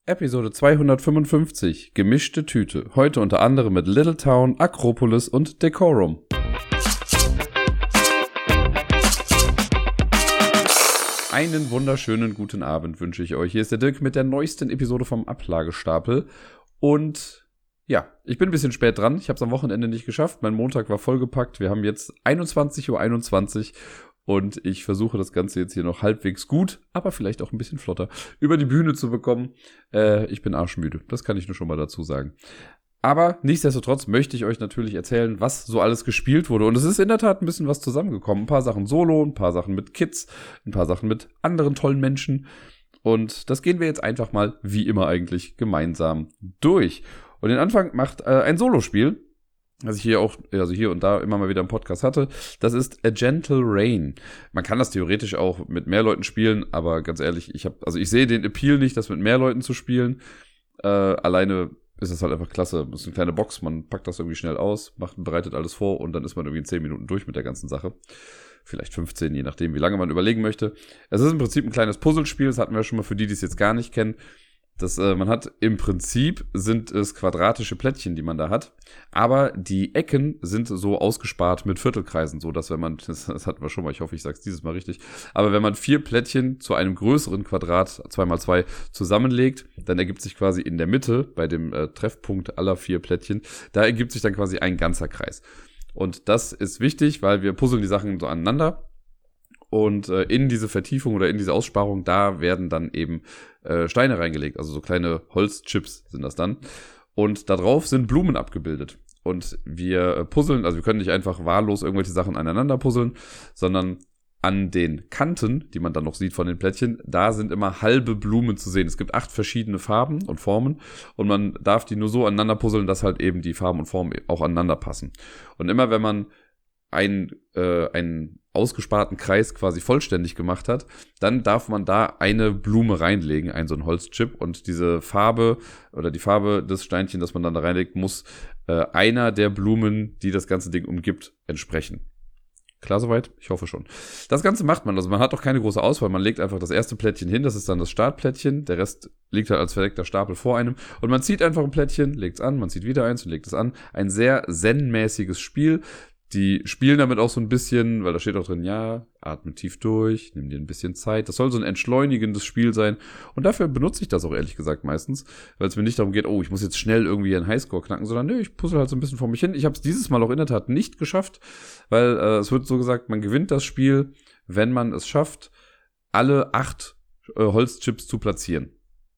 Episode 255, gemischte Tüte. Heute unter anderem mit Little Town, Akropolis und Decorum. Einen wunderschönen guten Abend wünsche ich euch. Hier ist der Dirk mit der neuesten Episode vom Ablagestapel. Und ja, ich bin ein bisschen spät dran. Ich habe es am Wochenende nicht geschafft. Mein Montag war vollgepackt. Wir haben jetzt 21:21 Uhr. Und ich versuche das Ganze jetzt hier noch halbwegs gut, aber vielleicht auch ein bisschen flotter über die Bühne zu bekommen. Ich bin arschmüde, das kann ich nur schon mal dazu sagen. Aber nichtsdestotrotz möchte ich euch natürlich erzählen, was so alles gespielt wurde. Und es ist in der Tat ein bisschen was zusammengekommen. Ein paar Sachen solo, ein paar Sachen mit Kids, ein paar Sachen mit anderen tollen Menschen. Und das gehen wir jetzt einfach mal, wie immer eigentlich, gemeinsam durch. Und den Anfang macht ein Solospiel, was ich hier und da immer mal wieder im Podcast hatte. Das ist A Gentle Rain. Man kann das theoretisch auch mit mehr Leuten spielen, aber ganz ehrlich, ich sehe den Appeal nicht, das mit mehr Leuten zu spielen. Alleine ist es halt einfach klasse. Das ist eine kleine Box, man packt das irgendwie schnell aus, bereitet alles vor und dann ist man irgendwie in 10 Minuten durch mit der ganzen Sache. Vielleicht 15, je nachdem, wie lange man überlegen möchte. Es ist im Prinzip ein kleines Puzzlespiel, das hatten wir schon mal für die es jetzt gar nicht kennen. Man hat im Prinzip sind es quadratische Plättchen, die man da hat, aber die Ecken sind so ausgespart mit Viertelkreisen, so dass wenn man, das hatten wir schon mal, ich hoffe, ich sage es dieses Mal richtig, aber wenn man 4 Plättchen zu einem größeren Quadrat 2x2 zusammenlegt, dann ergibt sich quasi in der Mitte, bei dem Treffpunkt aller 4 Plättchen, da ergibt sich dann quasi ein ganzer Kreis. Und das ist wichtig, weil wir puzzeln die Sachen so aneinander. Und in diese Vertiefung oder in diese Aussparung, da werden dann eben Steine reingelegt, also so kleine Holzchips sind das dann. Und da drauf sind Blumen abgebildet. Und wir puzzeln, also wir können nicht einfach wahllos irgendwelche Sachen aneinander puzzeln, sondern an den Kanten, die man dann noch sieht von den Plättchen, da sind immer halbe Blumen zu sehen. Es gibt 8 verschiedene Farben und Formen und man darf die nur so aneinander puzzeln, dass halt eben die Farben und Formen auch aneinander passen. Und immer wenn man einen ausgesparten Kreis quasi vollständig gemacht hat, dann darf man da eine Blume reinlegen, so ein Holzchip, und diese Farbe oder die Farbe des Steinchen, das man dann da reinlegt, muss einer der Blumen, die das ganze Ding umgibt, entsprechen. Klar soweit? Ich hoffe schon. Das Ganze macht man, also man hat auch keine große Auswahl, man legt einfach das erste Plättchen hin, das ist dann das Startplättchen, der Rest liegt halt als verdeckter Stapel vor einem und man zieht einfach ein Plättchen, legt es an, man zieht wieder eins und legt es an. Ein sehr zen-mäßiges Spiel. Die spielen damit auch so ein bisschen, weil da steht auch drin, ja, atme tief durch, nimm dir ein bisschen Zeit. Das soll so ein entschleunigendes Spiel sein. Und dafür benutze ich das auch ehrlich gesagt meistens, weil es mir nicht darum geht, ich muss jetzt schnell irgendwie einen Highscore knacken, sondern ich puzzle halt so ein bisschen vor mich hin. Ich habe es dieses Mal auch in der Tat nicht geschafft, weil es wird so gesagt, man gewinnt das Spiel, wenn man es schafft, alle 8 Holzchips zu platzieren.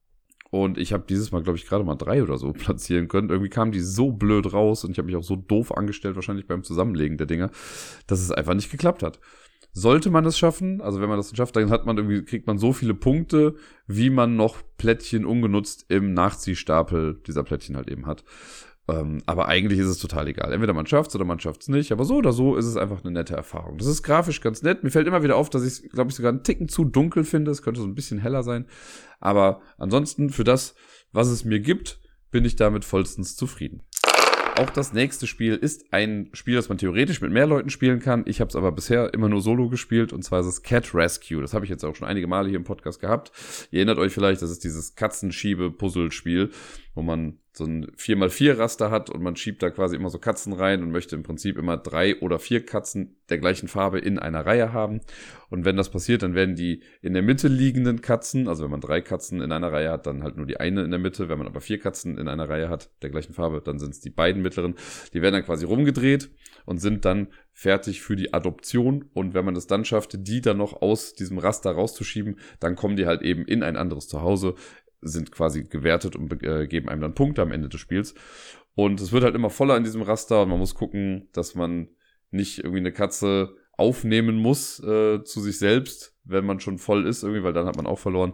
Und ich habe dieses Mal, glaube ich, gerade mal 3 oder so platzieren können. Irgendwie kamen die so blöd raus und ich habe mich auch so doof angestellt, wahrscheinlich beim Zusammenlegen der Dinger, dass es einfach nicht geklappt hat. Sollte man es schaffen, also wenn man das schafft, dann kriegt man so viele Punkte, wie man noch Plättchen ungenutzt im Nachziehstapel dieser Plättchen halt eben hat. Aber eigentlich ist es total egal. Entweder man schafft es oder man schafft es nicht. Aber so oder so ist es einfach eine nette Erfahrung. Das ist grafisch ganz nett. Mir fällt immer wieder auf, dass ich es, glaube ich, sogar einen Ticken zu dunkel finde. Es könnte so ein bisschen heller sein. Aber ansonsten, für das, was es mir gibt, bin ich damit vollstens zufrieden. Auch das nächste Spiel ist ein Spiel, das man theoretisch mit mehr Leuten spielen kann. Ich habe es aber bisher immer nur solo gespielt, und zwar ist es Cat Rescue. Das habe ich jetzt auch schon einige Male hier im Podcast gehabt. Ihr erinnert euch vielleicht, das ist dieses Katzenschiebe-Puzzle-Spiel, wo man so ein 4x4-Raster hat und man schiebt da quasi immer so Katzen rein und möchte im Prinzip immer 3 oder 4 Katzen der gleichen Farbe in einer Reihe haben. Und wenn das passiert, dann werden die in der Mitte liegenden Katzen, also wenn man 3 Katzen in einer Reihe hat, dann halt nur die eine in der Mitte. Wenn man aber 4 Katzen in einer Reihe hat, der gleichen Farbe, dann sind es die beiden mittleren. Die werden dann quasi rumgedreht und sind dann fertig für die Adoption. Und wenn man es dann schafft, die dann noch aus diesem Raster rauszuschieben, dann kommen die halt eben in ein anderes Zuhause, sind quasi gewertet und geben einem dann Punkte am Ende des Spiels. Und es wird halt immer voller in diesem Raster und man muss gucken, dass man nicht irgendwie eine Katze aufnehmen muss zu sich selbst, wenn man schon voll ist irgendwie, weil dann hat man auch verloren.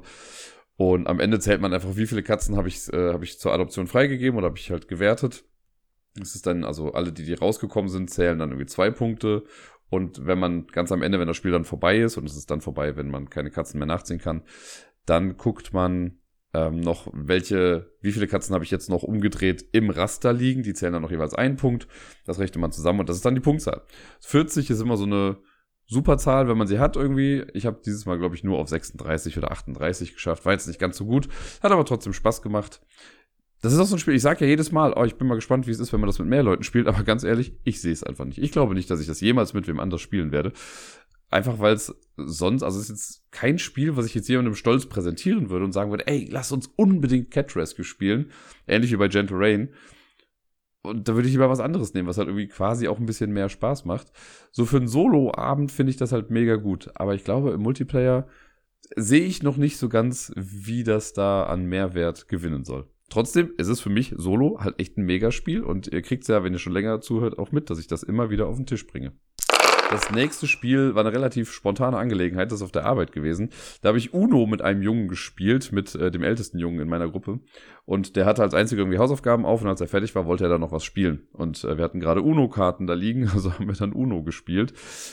Und am Ende zählt man einfach, wie viele Katzen habe ich zur Adoption freigegeben oder habe ich halt gewertet. Das ist dann, also alle, die rausgekommen sind, zählen dann irgendwie 2 Punkte. Und wenn man ganz am Ende, wenn das Spiel dann vorbei ist, und es ist dann vorbei, wenn man keine Katzen mehr nachziehen kann, dann guckt man noch, wie viele Katzen habe ich jetzt noch umgedreht im Raster liegen. Die zählen dann noch jeweils einen Punkt. Das rechnet man zusammen und das ist dann die Punktzahl. 40 ist immer so eine super Zahl, wenn man sie hat irgendwie. Ich habe dieses Mal, glaube ich, nur auf 36 oder 38 geschafft. War jetzt nicht ganz so gut, hat aber trotzdem Spaß gemacht. Das ist auch so ein Spiel, ich sage ja jedes Mal, oh, ich bin mal gespannt, wie es ist, wenn man das mit mehr Leuten spielt, aber ganz ehrlich, ich sehe es einfach nicht. Ich glaube nicht, dass ich das jemals mit wem anders spielen werde. Einfach weil es sonst, also es ist jetzt kein Spiel, was ich jetzt jemandem stolz präsentieren würde und sagen würde, ey, lass uns unbedingt Cat Rescue spielen. Ähnlich wie bei Gentle Rain. Und da würde ich lieber was anderes nehmen, was halt irgendwie quasi auch ein bisschen mehr Spaß macht. So für einen Solo-Abend finde ich das halt mega gut. Aber ich glaube, im Multiplayer sehe ich noch nicht so ganz, wie das da an Mehrwert gewinnen soll. Trotzdem ist es für mich Solo halt echt ein Megaspiel und ihr kriegt es ja, wenn ihr schon länger zuhört, auch mit, dass ich das immer wieder auf den Tisch bringe. Das nächste Spiel war eine relativ spontane Angelegenheit, das ist auf der Arbeit gewesen. Da habe ich Uno mit einem Jungen gespielt, mit dem ältesten Jungen in meiner Gruppe. Und der hatte als einziger irgendwie Hausaufgaben auf und als er fertig war, wollte er dann noch was spielen. Und wir hatten gerade Uno-Karten da liegen, also haben wir dann Uno gespielt.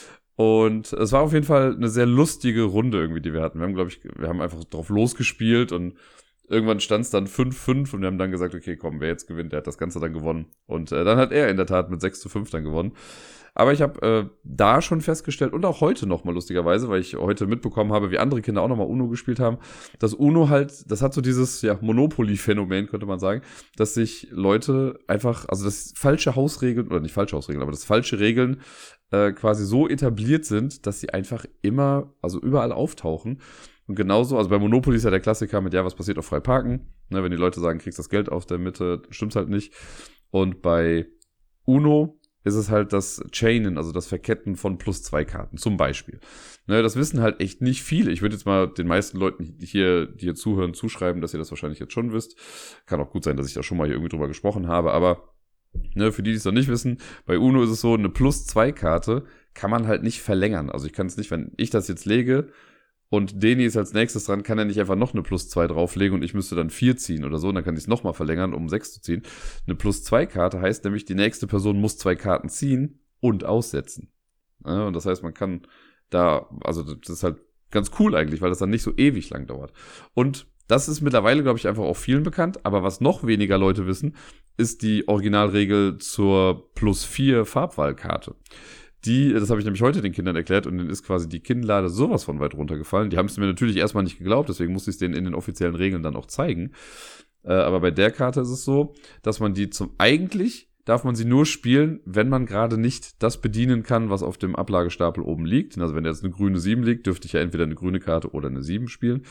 Und es war auf jeden Fall eine sehr lustige Runde irgendwie, die wir hatten. Wir haben einfach drauf losgespielt und irgendwann stand es dann 5-5 und wir haben dann gesagt, okay, komm, wer jetzt gewinnt, der hat das Ganze dann gewonnen. Und dann hat er in der Tat mit 6-5 dann gewonnen. Aber ich habe da schon festgestellt und auch heute nochmal lustigerweise, weil ich heute mitbekommen habe, wie andere Kinder auch nochmal Uno gespielt haben, dass Uno halt, das hat so dieses Monopoly-Phänomen, könnte man sagen, dass sich Leute einfach, also das falsche Hausregeln, oder nicht falsche Hausregeln, aber das falsche Regeln quasi so etabliert sind, dass sie einfach immer, also überall auftauchen. Und genauso, also bei Monopoly ist ja der Klassiker mit, ja, was passiert auf frei parken? Ne, wenn die Leute sagen, kriegst das Geld auf der Mitte, stimmt's halt nicht. Und bei Uno ist es halt das Chainen, also das Verketten von +2 Karten, zum Beispiel. Ne, das wissen halt echt nicht viele. Ich würde jetzt mal den meisten Leuten die hier zuhören, zuschreiben, dass ihr das wahrscheinlich jetzt schon wisst. Kann auch gut sein, dass ich da schon mal hier irgendwie drüber gesprochen habe, aber ne, für die es noch nicht wissen, bei Uno ist es so, eine +2 Karte kann man halt nicht verlängern. Also ich kann es nicht, wenn ich das jetzt lege und Deni ist als nächstes dran, kann er nicht einfach noch eine +2 drauflegen und ich müsste dann 4 ziehen oder so. Und dann kann ich es nochmal verlängern, um 6 zu ziehen. Eine +2-Karte heißt nämlich, die nächste Person muss 2 Karten ziehen und aussetzen. Ja, und das heißt, man kann da, also das ist halt ganz cool eigentlich, weil das dann nicht so ewig lang dauert. Und das ist mittlerweile, glaube ich, einfach auch vielen bekannt. Aber was noch weniger Leute wissen, ist die Originalregel zur +4 Farbwahlkarte. Das habe ich nämlich heute den Kindern erklärt und denen ist quasi die Kinnlade sowas von weit runtergefallen. Die haben es mir natürlich erstmal nicht geglaubt, deswegen musste ich es denen in den offiziellen Regeln dann auch zeigen. Aber bei der Karte ist es so, dass man die eigentlich darf man sie nur spielen, wenn man gerade nicht das bedienen kann, was auf dem Ablagestapel oben liegt. Also wenn da jetzt eine grüne 7 liegt, dürfte ich ja entweder eine grüne Karte oder eine 7 spielen.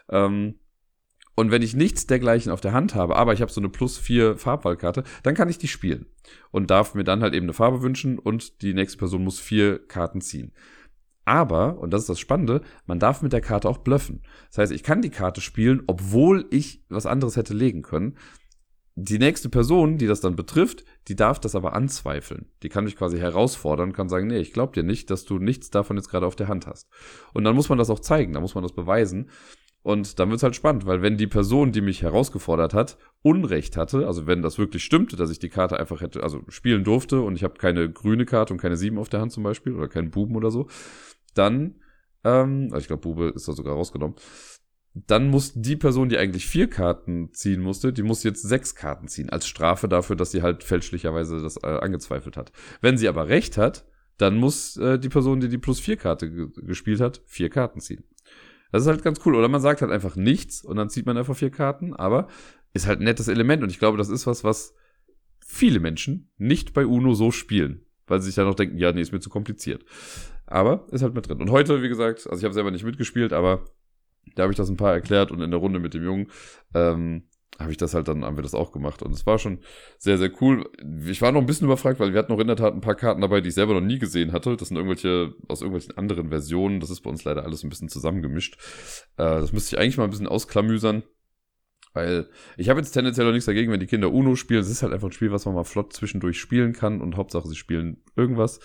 Und wenn ich nichts dergleichen auf der Hand habe, aber ich habe so eine +4 Farbwahlkarte, dann kann ich die spielen. Und darf mir dann halt eben eine Farbe wünschen und die nächste Person muss 4 Karten ziehen. Aber, und das ist das Spannende, man darf mit der Karte auch bluffen. Das heißt, ich kann die Karte spielen, obwohl ich was anderes hätte legen können. Die nächste Person, die das dann betrifft, die darf das aber anzweifeln. Die kann mich quasi herausfordern, kann sagen, nee, ich glaube dir nicht, dass du nichts davon jetzt gerade auf der Hand hast. Und dann muss man das auch zeigen, dann muss man das beweisen. Und dann wird's halt spannend, weil wenn die Person, die mich herausgefordert hat, Unrecht hatte, also wenn das wirklich stimmte, dass ich die Karte einfach hätte, also spielen durfte und ich habe keine grüne Karte und keine 7 auf der Hand zum Beispiel oder keinen Buben oder so, dann, ich glaube, Bube ist da sogar rausgenommen, dann muss die Person, die eigentlich 4 Karten ziehen musste, die muss jetzt 6 Karten ziehen, als Strafe dafür, dass sie halt fälschlicherweise das angezweifelt hat. Wenn sie aber Recht hat, dann muss die Person, die die +4 Karte gespielt hat, 4 Karten ziehen. Das ist halt ganz cool. Oder man sagt halt einfach nichts und dann zieht man einfach 4 Karten, aber ist halt ein nettes Element und ich glaube, das ist was viele Menschen nicht bei Uno so spielen, weil sie sich dann noch denken, ja, nee, ist mir zu kompliziert. Aber ist halt mit drin. Und heute, wie gesagt, also ich habe selber nicht mitgespielt, aber da habe ich das ein paar erklärt und in der Runde mit dem Jungen habe ich das halt dann, haben wir das auch gemacht und es war schon sehr, sehr cool. Ich war noch ein bisschen überfragt, weil wir hatten noch in der Tat ein paar Karten dabei, die ich selber noch nie gesehen hatte. Das sind irgendwelche, aus irgendwelchen anderen Versionen. Das ist bei uns leider alles ein bisschen zusammengemischt. Das müsste ich eigentlich mal ein bisschen ausklamüsern, weil ich habe jetzt tendenziell noch nichts dagegen, wenn die Kinder Uno spielen. Es ist halt einfach ein Spiel, was man mal flott zwischendurch spielen kann und Hauptsache, sie spielen irgendwas.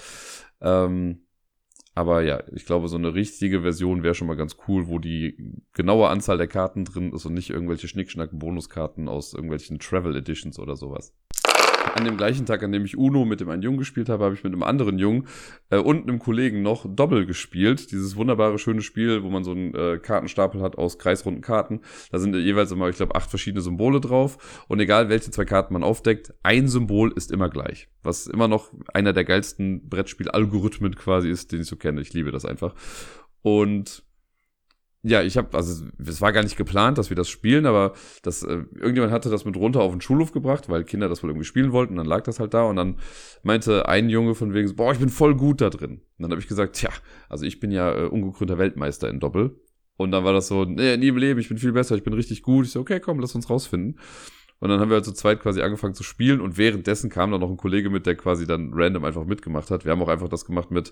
Aber ja, ich glaube, so eine richtige Version wäre schon mal ganz cool, wo die genaue Anzahl der Karten drin ist und nicht irgendwelche Schnickschnack-Bonuskarten aus irgendwelchen Travel Editions oder sowas. an dem gleichen Tag, an dem ich Uno mit dem einen Jungen gespielt habe, habe ich mit einem anderen Jungen und einem Kollegen noch Doppel gespielt. Dieses wunderbare, schöne Spiel, wo man so einen Kartenstapel hat aus kreisrunden Karten. Da sind jeweils immer, ich glaube, 8 verschiedene Symbole drauf. Und egal, welche 2 Karten man aufdeckt, ein Symbol ist immer gleich. Was immer noch einer der geilsten Brettspiel-Algorithmen quasi ist, den ich so kenne. Ich liebe das einfach. Und ja, es war gar nicht geplant, dass wir das spielen, aber irgendjemand hatte das mit runter auf den Schulhof gebracht, weil Kinder das wohl irgendwie spielen wollten, und dann lag das halt da und dann meinte ein Junge von wegen, boah, ich bin voll gut da drin. Und dann habe ich gesagt, tja, also ich bin ja ungekrönter Weltmeister in Doppel. Und dann war das so, nee, nie im Leben, ich bin viel besser, ich bin richtig gut. Ich so, okay, komm, lass uns rausfinden. Und dann haben wir halt zu zweit quasi angefangen zu spielen und währenddessen kam dann noch ein Kollege mit, der quasi dann random einfach mitgemacht hat. Wir haben auch einfach das gemacht mit,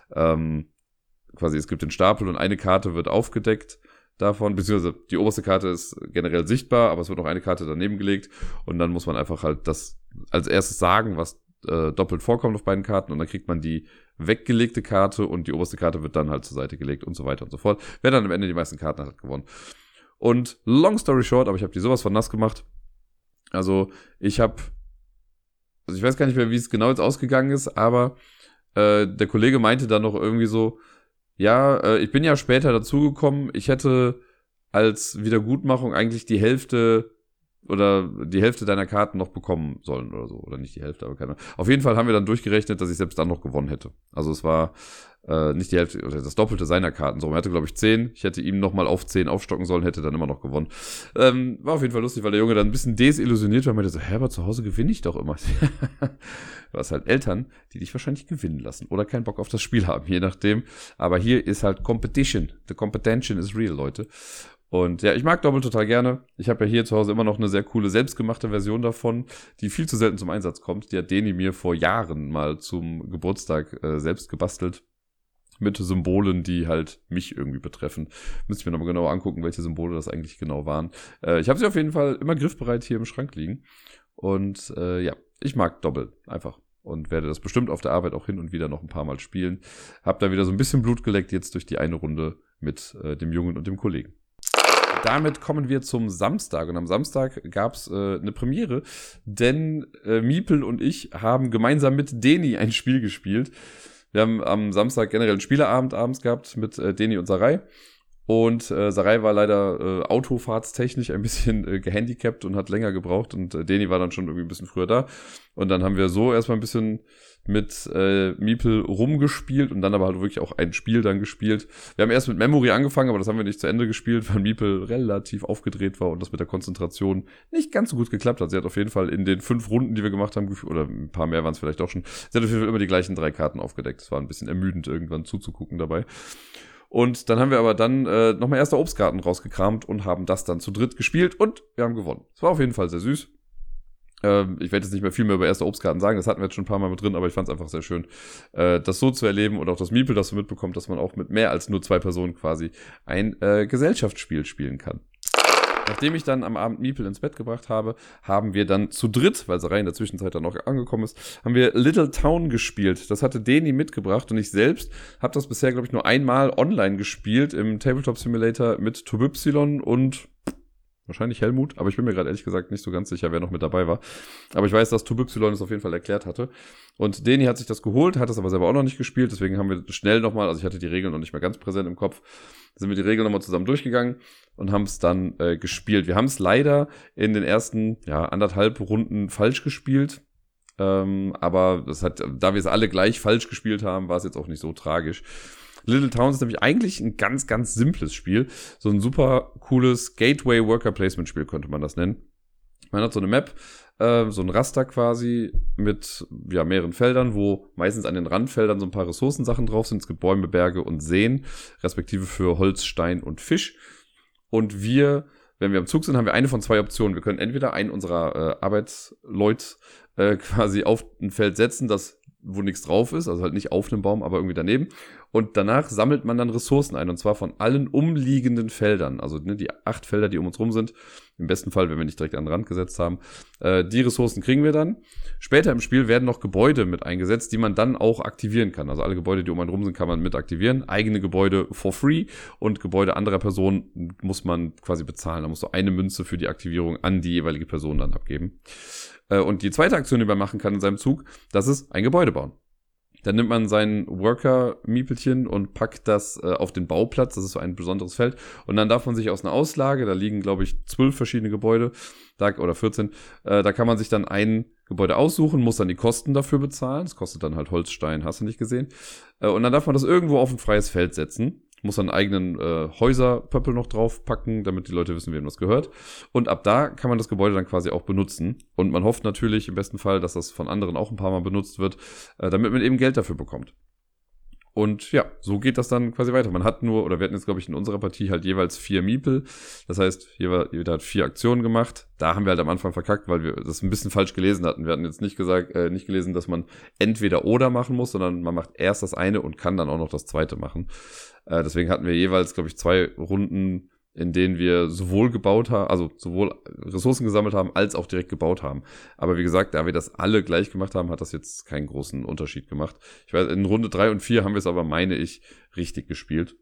quasi, es gibt den Stapel und eine Karte wird aufgedeckt davon, beziehungsweise die oberste Karte ist generell sichtbar, aber es wird noch eine Karte daneben gelegt und dann muss man einfach halt das als erstes sagen, was doppelt vorkommt auf beiden Karten und dann kriegt man die weggelegte Karte und die oberste Karte wird dann halt zur Seite gelegt und so weiter und so fort. Wer dann am Ende die meisten Karten hat, hat gewonnen. Und long story short, aber ich habe die sowas von nass gemacht. Also ich weiß gar nicht mehr, wie es genau jetzt ausgegangen ist, aber der Kollege meinte dann noch irgendwie so, ja, ich bin ja später dazugekommen, ich hätte als Wiedergutmachung eigentlich die Hälfte deiner Karten noch bekommen sollen oder so. Oder nicht die Hälfte, aber keine Ahnung. Auf jeden Fall haben wir dann durchgerechnet, dass ich selbst dann noch gewonnen hätte. Also es war nicht die Hälfte, oder das Doppelte seiner Karten. So, er hatte, glaube ich, 10. Ich hätte ihm nochmal auf 10 aufstocken sollen, hätte dann immer noch gewonnen. War auf jeden Fall lustig, weil der Junge dann ein bisschen desillusioniert war. Er meinte so, aber zu Hause gewinne ich doch immer. Du hast halt Eltern, die dich wahrscheinlich gewinnen lassen oder keinen Bock auf das Spiel haben, je nachdem. Aber hier ist halt Competition. The competition is real, Leute. Und ja, ich mag Doppel total gerne. Ich habe ja hier zu Hause immer noch eine sehr coole, selbstgemachte Version davon, die viel zu selten zum Einsatz kommt. Die hat Deni mir vor Jahren mal zum Geburtstag selbst gebastelt. Mit Symbolen, die halt mich irgendwie betreffen. Müsste ich mir nochmal genauer angucken, welche Symbole das eigentlich genau waren. Ich habe sie auf jeden Fall immer griffbereit hier im Schrank liegen. Und ja, ich mag Doppel einfach. Und werde das bestimmt auf der Arbeit auch hin und wieder noch ein paar Mal spielen. Hab da wieder so ein bisschen Blut geleckt jetzt durch die eine Runde mit dem Jungen und dem Kollegen. Damit kommen wir zum Samstag. Und am Samstag gab es eine Premiere, denn Miepel und ich haben gemeinsam mit Deni ein Spiel gespielt. Wir haben am Samstag generell einen Spieleabend abends gehabt mit Deni und Sarai. Und Sarai war leider autofahrtstechnisch ein bisschen gehandicapt und hat länger gebraucht. Und Deni war dann schon irgendwie ein bisschen früher da. Und dann haben wir so erstmal ein bisschen mit Miepel rumgespielt und dann aber halt wirklich auch ein Spiel dann gespielt. Wir haben erst mit Memory angefangen, aber das haben wir nicht zu Ende gespielt, weil Miepel relativ aufgedreht war und das mit der Konzentration nicht ganz so gut geklappt hat. Sie hat auf jeden Fall in den 5 Runden, die wir gemacht haben, oder ein paar mehr waren es vielleicht auch schon, sie hat auf jeden Fall immer die gleichen 3 Karten aufgedeckt. Es war ein bisschen ermüdend, irgendwann zuzugucken dabei. Und dann haben wir aber dann nochmal erste Obstkarten rausgekramt und haben das dann zu dritt gespielt und wir haben gewonnen. Es war auf jeden Fall sehr süß. Ich werde jetzt nicht mehr viel mehr über erste Obstkarten sagen, das hatten wir jetzt schon ein paar Mal mit drin, aber ich fand es einfach sehr schön, das so zu erleben und auch das Miepel das so mitbekommt, dass man auch mit mehr als nur 2 Personen quasi ein Gesellschaftsspiel spielen kann. Nachdem ich dann am Abend Miepel ins Bett gebracht habe, haben wir dann zu dritt, weil Sarai in der Zwischenzeit dann noch angekommen ist, haben wir Little Town gespielt. Das hatte Deni mitgebracht und ich selbst habe das bisher, glaube ich, nur einmal online gespielt im Tabletop Simulator mit Tobypsilon und wahrscheinlich Helmut, aber ich bin mir gerade ehrlich gesagt nicht so ganz sicher, wer noch mit dabei war. Aber ich weiß, dass Tobypsilon es auf jeden Fall erklärt hatte. Und Deni hat sich das geholt, hat es aber selber auch noch nicht gespielt, deswegen haben wir schnell nochmal, also ich hatte die Regeln noch nicht mehr ganz präsent im Kopf, sind wir die Regeln nochmal zusammen durchgegangen und haben es dann gespielt. Wir haben es leider in den ersten 1,5 Runden falsch gespielt. Aber da wir es alle gleich falsch gespielt haben, war es jetzt auch nicht so tragisch. Little Towns ist nämlich eigentlich ein ganz, ganz simples Spiel. So ein super cooles Gateway Worker Placement Spiel könnte man das nennen. Man hat so eine Map, so ein Raster quasi mit mehreren Feldern, wo meistens an den Randfeldern so ein paar Ressourcensachen drauf sind. Es gibt Bäume, Berge und Seen, respektive für Holz, Stein und Fisch. Und wenn wir am Zug sind, haben wir eine von 2 Optionen. Wir können entweder einen unserer Arbeitsleute quasi auf ein Feld setzen, wo nichts drauf ist, also halt nicht auf einem Baum, aber irgendwie daneben. Und danach sammelt man dann Ressourcen ein, und zwar von allen umliegenden Feldern. Also die 8 Felder, die um uns rum sind. Im besten Fall, wenn wir nicht direkt an den Rand gesetzt haben. Die Ressourcen kriegen wir dann. Später im Spiel werden noch Gebäude mit eingesetzt, die man dann auch aktivieren kann. Also alle Gebäude, die um einen rum sind, kann man mit aktivieren. Eigene Gebäude for free und Gebäude anderer Personen muss man quasi bezahlen. Da musst du eine Münze für die Aktivierung an die jeweilige Person dann abgeben. Und die zweite Aktion, die man machen kann in seinem Zug, das ist ein Gebäude bauen. Dann nimmt man sein Worker-Miepelchen und packt das auf den Bauplatz. Das ist so ein besonderes Feld. Und dann darf man sich aus einer Auslage, da liegen, glaube ich, 12 verschiedene Gebäude, oder 14, da kann man sich dann ein Gebäude aussuchen, muss dann die Kosten dafür bezahlen. Das kostet dann halt Holzstein, hast du nicht gesehen. Und dann darf man das irgendwo auf ein freies Feld setzen. Muss dann einen eigenen Häuserpöppel noch draufpacken, damit die Leute wissen, wem das gehört. Und ab da kann man das Gebäude dann quasi auch benutzen. Und man hofft natürlich im besten Fall, dass das von anderen auch ein paar Mal benutzt wird, damit man eben Geld dafür bekommt. Und ja, so geht das dann quasi weiter. Man hat nur, oder wir hatten jetzt, glaube ich, in unserer Partie halt jeweils 4 Miepel. Das heißt, jeder hat 4 Aktionen gemacht. Da haben wir halt am Anfang verkackt, weil wir das ein bisschen falsch gelesen hatten. Wir hatten jetzt nicht gelesen, dass man entweder oder machen muss, sondern man macht erst das eine und kann dann auch noch das zweite machen. Deswegen hatten wir jeweils, glaube ich, 2 Runden, in denen wir sowohl gebaut haben, also sowohl Ressourcen gesammelt haben, als auch direkt gebaut haben. Aber wie gesagt, da wir das alle gleich gemacht haben, hat das jetzt keinen großen Unterschied gemacht. Ich weiß, in Runde 3 und 4 haben wir es aber, meine ich, richtig gespielt.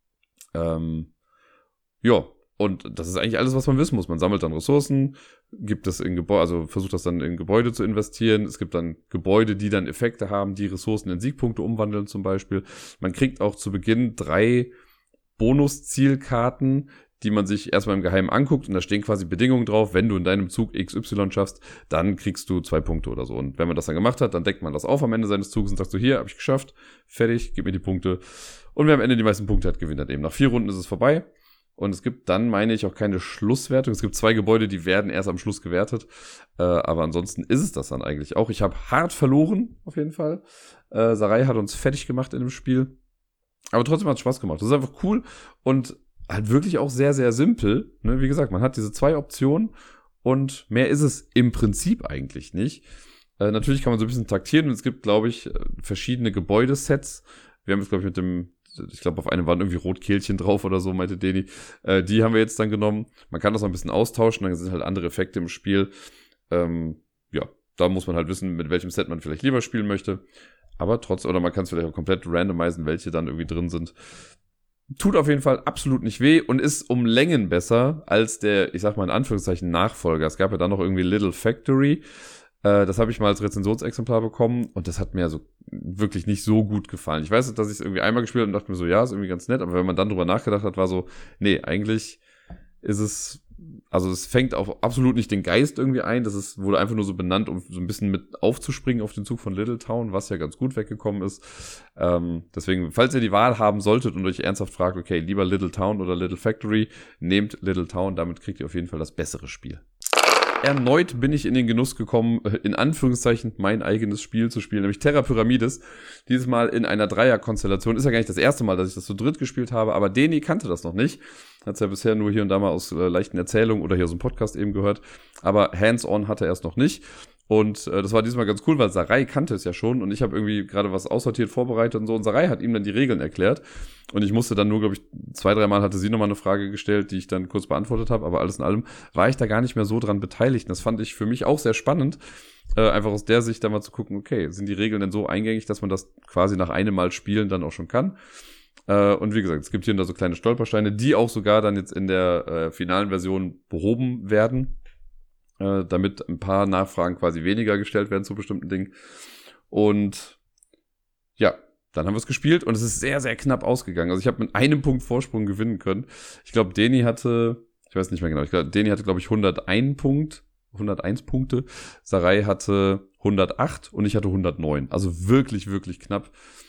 Ja, und das ist eigentlich alles, was man wissen muss. Man sammelt dann Ressourcen, gibt es in Gebäude, also versucht das dann in Gebäude zu investieren. Es gibt dann Gebäude, die dann Effekte haben, die Ressourcen in Siegpunkte umwandeln zum Beispiel. Man kriegt auch zu Beginn 3 Bonuszielkarten, die man sich erstmal im Geheimen anguckt, und da stehen quasi Bedingungen drauf. Wenn du in deinem Zug XY schaffst, dann kriegst du 2 Punkte oder so. Und wenn man das dann gemacht hat, dann deckt man das auf am Ende seines Zuges und sagt so, hier, habe ich geschafft, fertig, gib mir die Punkte. Und wer am Ende die meisten Punkte hat, gewinnt halt eben. Nach 4 Runden ist es vorbei. Und es gibt dann, meine ich, auch keine Schlusswertung. Es gibt 2 Gebäude, die werden erst am Schluss gewertet. Aber ansonsten ist es das dann eigentlich auch. Ich habe hart verloren, auf jeden Fall. Sarai hat uns fertig gemacht in dem Spiel. Aber trotzdem hat es Spaß gemacht. Das ist einfach cool und halt wirklich auch sehr, sehr simpel. Ne? Wie gesagt, man hat diese 2 Optionen und mehr ist es im Prinzip eigentlich nicht. Natürlich kann man so ein bisschen taktieren und es gibt, glaube ich, verschiedene Gebäudesets. Wir haben jetzt, glaube ich, auf einem waren irgendwie Rotkehlchen drauf oder so, meinte Deni. Die haben wir jetzt dann genommen. Man kann das noch ein bisschen austauschen, dann sind halt andere Effekte im Spiel. Ja, da muss man halt wissen, mit welchem Set man vielleicht lieber spielen möchte. Aber oder man kann es vielleicht auch komplett randomisieren, welche dann irgendwie drin sind. Tut auf jeden Fall absolut nicht weh und ist um Längen besser als der, ich sag mal in Anführungszeichen, Nachfolger. Es gab ja dann noch irgendwie Little Factory. Das habe ich mal als Rezensionsexemplar bekommen und das hat mir also wirklich nicht so gut gefallen. Ich weiß, dass ich es irgendwie einmal gespielt habe und dachte mir so, ja, ist irgendwie ganz nett, aber wenn man dann drüber nachgedacht hat, war so, nee, eigentlich ist es, also es fängt auch absolut nicht den Geist irgendwie ein. Wurde einfach nur so benannt, um so ein bisschen mit aufzuspringen auf den Zug von Little Town, was ja ganz gut weggekommen ist. Deswegen, falls ihr die Wahl haben solltet und euch ernsthaft fragt, okay, lieber Little Town oder Little Factory, nehmt Little Town, damit kriegt ihr auf jeden Fall das bessere Spiel. Erneut bin ich in den Genuss gekommen, in Anführungszeichen mein eigenes Spiel zu spielen, nämlich Terra Pyramides. Dieses Mal in einer Dreier-Konstellation. Ist ja gar nicht das erste Mal, dass ich das zu dritt gespielt habe, aber Deni kannte das noch nicht. Hat es ja bisher nur hier und da mal aus leichten Erzählungen oder hier aus dem Podcast eben gehört. Aber Hands-on hatte er es noch nicht. Und das war diesmal ganz cool, weil Sarai kannte es ja schon und ich habe irgendwie gerade was aussortiert vorbereitet und so. Und Sarai hat ihm dann die Regeln erklärt. Und ich musste dann nur, glaube ich, 2-3 Mal hatte sie nochmal eine Frage gestellt, die ich dann kurz beantwortet habe. Aber alles in allem war ich da gar nicht mehr so dran beteiligt. Und das fand ich für mich auch sehr spannend, einfach aus der Sicht da mal zu gucken, okay, sind die Regeln denn so eingängig, dass man das quasi nach einem Mal spielen dann auch schon kann. Und wie gesagt, es gibt hier und da so kleine Stolpersteine, die auch sogar dann jetzt in der finalen Version behoben werden. Damit ein paar Nachfragen quasi weniger gestellt werden zu bestimmten Dingen. Und ja, dann haben wir es gespielt und es ist sehr, sehr knapp ausgegangen. Also ich habe mit einem Punkt Vorsprung gewinnen können. Ich glaube, Deni hatte, ich weiß nicht mehr genau, Deni hatte, glaube ich, 101 Punkte. Sarai hatte 108 und ich hatte 109. Also wirklich, wirklich knapp.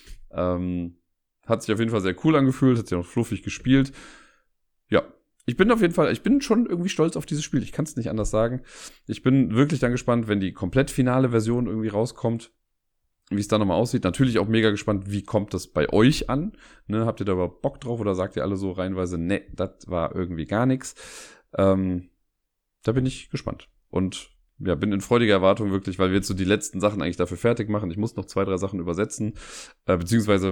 Hat sich auf jeden Fall sehr cool angefühlt, hat sich auch fluffig gespielt. Ja. Ich bin schon irgendwie stolz auf dieses Spiel. Ich kann es nicht anders sagen. Ich bin wirklich dann gespannt, wenn die komplett finale Version irgendwie rauskommt, wie es da nochmal aussieht. Natürlich auch mega gespannt, wie kommt das bei euch an? Ne, habt ihr da überhaupt Bock drauf oder sagt ihr alle so reihenweise, ne, das war irgendwie gar nichts? Da bin ich gespannt. Und ja, bin in freudiger Erwartung wirklich, weil wir jetzt so die letzten Sachen eigentlich dafür fertig machen. Ich muss noch 2-3 Sachen übersetzen, beziehungsweise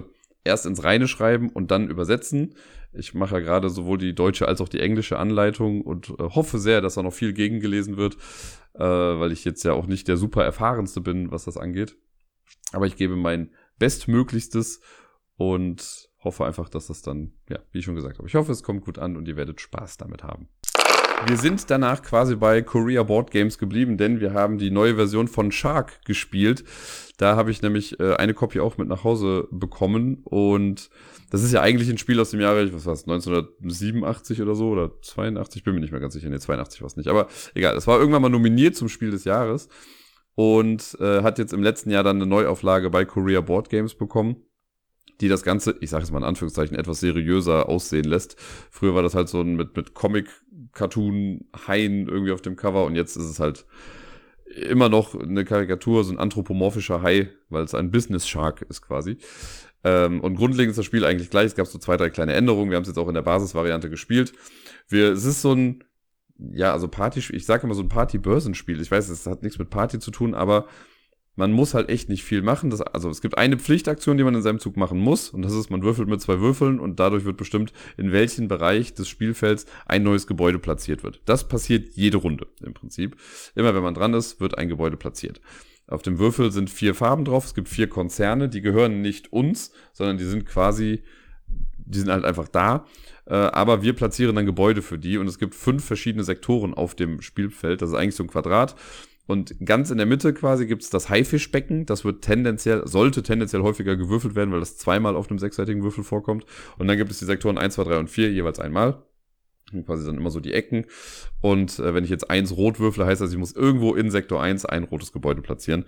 erst ins Reine schreiben und dann übersetzen. Ich mache ja gerade sowohl die deutsche als auch die englische Anleitung und hoffe sehr, dass da noch viel gegengelesen wird, weil ich jetzt ja auch nicht der super Erfahrenste bin, was das angeht. Aber ich gebe mein Bestmöglichstes und hoffe einfach, dass das dann, ja, wie ich schon gesagt habe, ich hoffe, es kommt gut an und ihr werdet Spaß damit haben. Wir sind danach quasi bei Korea Board Games geblieben, denn wir haben die neue Version von Shark gespielt. Da habe ich nämlich eine Copy auch mit nach Hause bekommen und das ist ja eigentlich ein Spiel aus dem Jahre, was war es, 1987 oder so oder 82, bin mir nicht mehr ganz sicher, nee, 82 war es nicht, aber egal, es war irgendwann mal nominiert zum Spiel des Jahres und hat jetzt im letzten Jahr dann eine Neuauflage bei Korea Board Games bekommen, die das Ganze, ich sage jetzt mal in Anführungszeichen, etwas seriöser aussehen lässt. Früher war das halt so ein mit Comic-Cartoon-Haien irgendwie auf dem Cover und jetzt ist es halt immer noch eine Karikatur, so ein anthropomorphischer Hai, weil es ein Business-Shark ist quasi. Und grundlegend ist das Spiel eigentlich gleich. Es gab so 2, 3 kleine Änderungen. Wir haben es jetzt auch in der Basisvariante gespielt. Es ist so ein, ja, also ich sage immer so ein Party-Börsenspiel. Ich weiß, es hat nichts mit Party zu tun, aber man muss halt echt nicht viel machen. Also es gibt eine Pflichtaktion, die man in seinem Zug machen muss. Und das ist, man würfelt mit 2 Würfeln und dadurch wird bestimmt, in welchem Bereich des Spielfelds ein neues Gebäude platziert wird. Das passiert jede Runde im Prinzip. Immer wenn man dran ist, wird ein Gebäude platziert. Auf dem Würfel sind 4 Farben drauf. Es gibt 4 Konzerne, die gehören nicht uns, sondern die sind halt einfach da. Aber wir platzieren dann Gebäude für die und es gibt 5 verschiedene Sektoren auf dem Spielfeld. Das ist eigentlich so ein Quadrat. Und ganz in der Mitte quasi gibt's das Haifischbecken. Das sollte tendenziell häufiger gewürfelt werden, weil das 2-mal auf einem 6-seitigen Würfel vorkommt. Und dann gibt es die Sektoren 1, 2, 3 und 4 jeweils einmal. Und quasi dann immer so die Ecken. Und wenn ich jetzt 1 rot würfle, heißt das, ich muss irgendwo in Sektor 1 ein rotes Gebäude platzieren.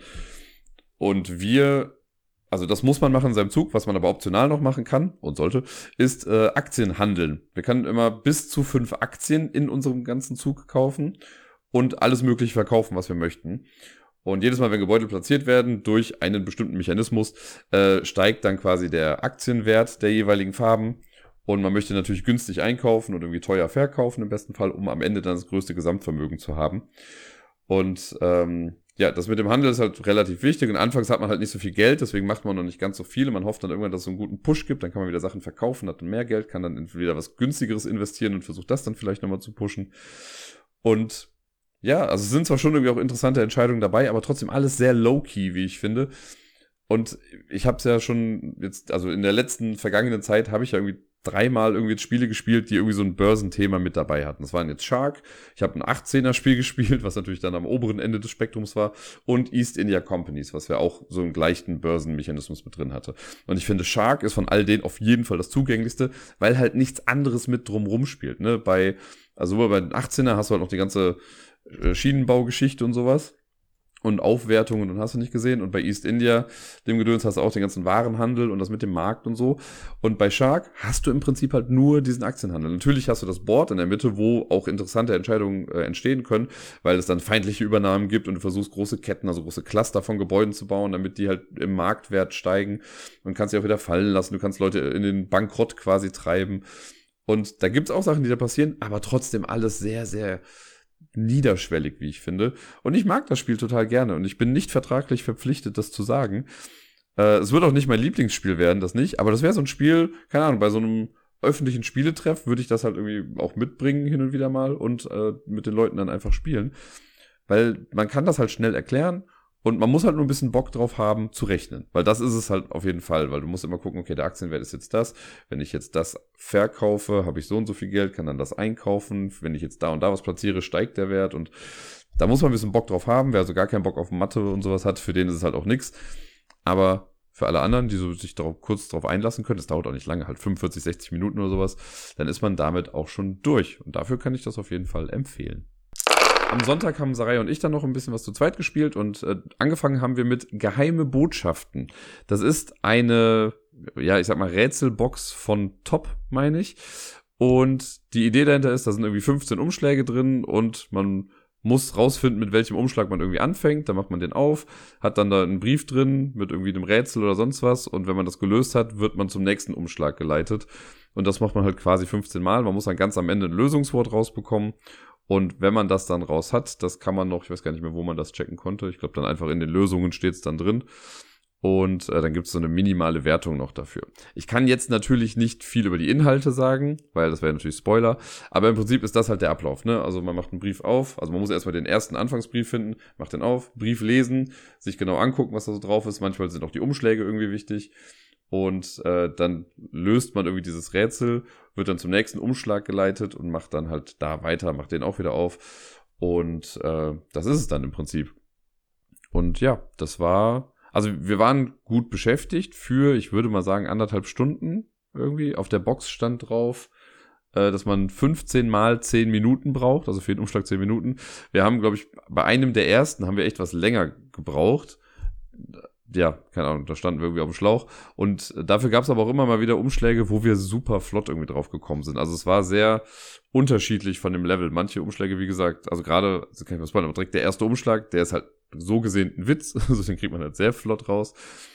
Und also das muss man machen in seinem Zug, was man aber optional noch machen kann und sollte, ist Aktien handeln. Wir können immer bis zu 5 Aktien in unserem ganzen Zug kaufen und alles Mögliche verkaufen, was wir möchten. Und jedes Mal, wenn Gebäude platziert werden, durch einen bestimmten Mechanismus, steigt dann quasi der Aktienwert der jeweiligen Farben. Und man möchte natürlich günstig einkaufen und irgendwie teuer verkaufen im besten Fall, um am Ende dann das größte Gesamtvermögen zu haben. Und ja, das mit dem Handel ist halt relativ wichtig. Und anfangs hat man halt nicht so viel Geld, deswegen macht man noch nicht ganz so viele. Man hofft dann irgendwann, dass es so einen guten Push gibt. Dann kann man wieder Sachen verkaufen, hat dann mehr Geld, kann dann wieder was Günstigeres investieren und versucht das dann vielleicht nochmal zu pushen. Und ja, also es sind zwar schon irgendwie auch interessante Entscheidungen dabei, aber trotzdem alles sehr low-key, wie ich finde. Und ich habe es ja schon jetzt, also in der letzten vergangenen Zeit habe ich ja irgendwie 3-mal irgendwie jetzt Spiele gespielt, die irgendwie so ein Börsenthema mit dabei hatten. Das waren jetzt Shark, ich habe ein 18er-Spiel gespielt, was natürlich dann am oberen Ende des Spektrums war, und East India Companies, was ja auch so einen gleichen Börsenmechanismus mit drin hatte. Und ich finde, Shark ist von all denen auf jeden Fall das zugänglichste, weil halt nichts anderes mit drumrum spielt. Ne? Bei den 18er hast du halt noch die ganze Schienenbaugeschichte und sowas und Aufwertungen und hast du nicht gesehen. Und bei East India, dem Gedöns, hast du auch den ganzen Warenhandel und das mit dem Markt und so. Und bei Shark hast du im Prinzip halt nur diesen Aktienhandel. Natürlich hast du das Board in der Mitte, wo auch interessante Entscheidungen entstehen können, weil es dann feindliche Übernahmen gibt und du versuchst große Ketten, also große Cluster von Gebäuden zu bauen, damit die halt im Marktwert steigen und kannst sie auch wieder fallen lassen. Du kannst Leute in den Bankrott quasi treiben. Und da gibt es auch Sachen, die da passieren, aber trotzdem alles sehr, sehr niederschwellig, wie ich finde. Und ich mag das Spiel total gerne und ich bin nicht vertraglich verpflichtet, das zu sagen. Es wird auch nicht mein Lieblingsspiel werden, das nicht, aber das wäre so ein Spiel, keine Ahnung, bei so einem öffentlichen Spieletreff würde ich das halt irgendwie auch mitbringen hin und wieder mal und mit den Leuten dann einfach spielen. Weil man kann das halt schnell erklären und man muss halt nur ein bisschen Bock drauf haben, zu rechnen. Weil das ist es halt auf jeden Fall, weil du musst immer gucken, okay, der Aktienwert ist jetzt das. Wenn ich jetzt das verkaufe, habe ich so und so viel Geld, kann dann das einkaufen. Wenn ich jetzt da und da was platziere, steigt der Wert. Und da muss man ein bisschen Bock drauf haben. Wer also gar keinen Bock auf Mathe und sowas hat, für den ist es halt auch nichts. Aber für alle anderen, die so sich kurz drauf einlassen können, das dauert auch nicht lange, halt 45, 60 Minuten oder sowas, dann ist man damit auch schon durch. Und dafür kann ich das auf jeden Fall empfehlen. Am Sonntag haben Sarai und ich dann noch ein bisschen was zu zweit gespielt und angefangen haben wir mit Geheime Botschaften. Das ist eine, ja, ich sag mal, Rätselbox von Top, meine ich. Und die Idee dahinter ist, da sind irgendwie 15 Umschläge drin und man muss rausfinden, mit welchem Umschlag man irgendwie anfängt. Dann macht man den auf, hat dann da einen Brief drin mit irgendwie einem Rätsel oder sonst was. Und wenn man das gelöst hat, wird man zum nächsten Umschlag geleitet. Und das macht man halt quasi 15 Mal. Man muss dann ganz am Ende ein Lösungswort rausbekommen. Und wenn man das dann raus hat, das kann man noch, ich weiß gar nicht mehr, wo man das checken konnte. Ich glaube, dann einfach in den Lösungen steht es dann drin. Und dann gibt es so eine minimale Wertung noch dafür. Ich kann jetzt natürlich nicht viel über die Inhalte sagen, weil das wäre natürlich Spoiler. Aber im Prinzip ist das halt der Ablauf, ne? Also man macht einen Brief auf. Also man muss erstmal den ersten Anfangsbrief finden, macht den auf, Brief lesen, sich genau angucken, was da so drauf ist. Manchmal sind auch die Umschläge irgendwie wichtig. Und dann löst man irgendwie dieses Rätsel, wird dann zum nächsten Umschlag geleitet und macht dann halt da weiter, macht den auch wieder auf. Und das ist es dann im Prinzip. Und ja, das war... Also wir waren gut beschäftigt für, ich würde mal sagen, 1,5 Stunden irgendwie. Auf der Box stand drauf, dass man 15 mal 10 Minuten braucht, also für den Umschlag 10 Minuten. Wir haben, glaube ich, bei einem der ersten haben wir echt was länger gebraucht. Ja, keine Ahnung, da standen wir irgendwie auf dem Schlauch. Und dafür gab es aber auch immer mal wieder Umschläge, wo wir super flott irgendwie drauf gekommen sind. Also es war sehr unterschiedlich von dem Level. Manche Umschläge, wie gesagt, also gerade, das kann ich mal spoilern, aber direkt der erste Umschlag, der ist halt so gesehen ein Witz, also den kriegt man halt sehr flott raus.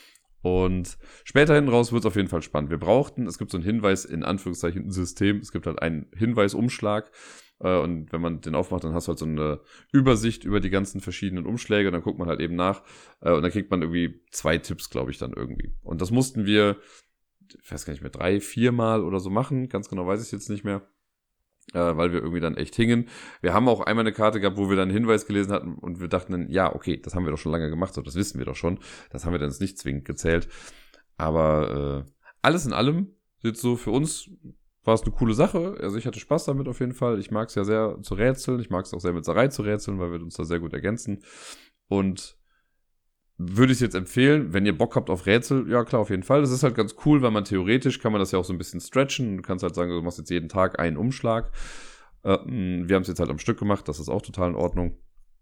Und später hinten raus wird es auf jeden Fall spannend. Es gibt so einen Hinweis, in Anführungszeichen, ein System, es gibt halt einen Hinweisumschlag und wenn man den aufmacht, dann hast du halt so eine Übersicht über die ganzen verschiedenen Umschläge und dann guckt man halt eben nach und dann kriegt man irgendwie 2 Tipps, glaube ich, dann irgendwie. Und das mussten wir, ich weiß gar nicht mehr, 3, 4 Mal oder so machen, ganz genau weiß ich es jetzt nicht mehr. Weil wir irgendwie dann echt hingen. Wir haben auch einmal eine Karte gehabt, wo wir dann einen Hinweis gelesen hatten und wir dachten dann, ja, okay, das haben wir doch schon lange gemacht, so, das wissen wir doch schon. Das haben wir dann jetzt nicht zwingend gezählt. Aber alles in allem, jetzt so für uns war es eine coole Sache. Also ich hatte Spaß damit auf jeden Fall. Ich mag es ja sehr zu rätseln. Ich mag es auch sehr mit Sarai zu rätseln, weil wir uns da sehr gut ergänzen. Und würde ich es jetzt empfehlen, wenn ihr Bock habt auf Rätsel, ja klar, auf jeden Fall. Das ist halt ganz cool, weil man theoretisch kann man das ja auch so ein bisschen stretchen. Du kannst halt sagen, du machst jetzt jeden Tag einen Umschlag. Wir haben es jetzt halt am Stück gemacht, das ist auch total in Ordnung.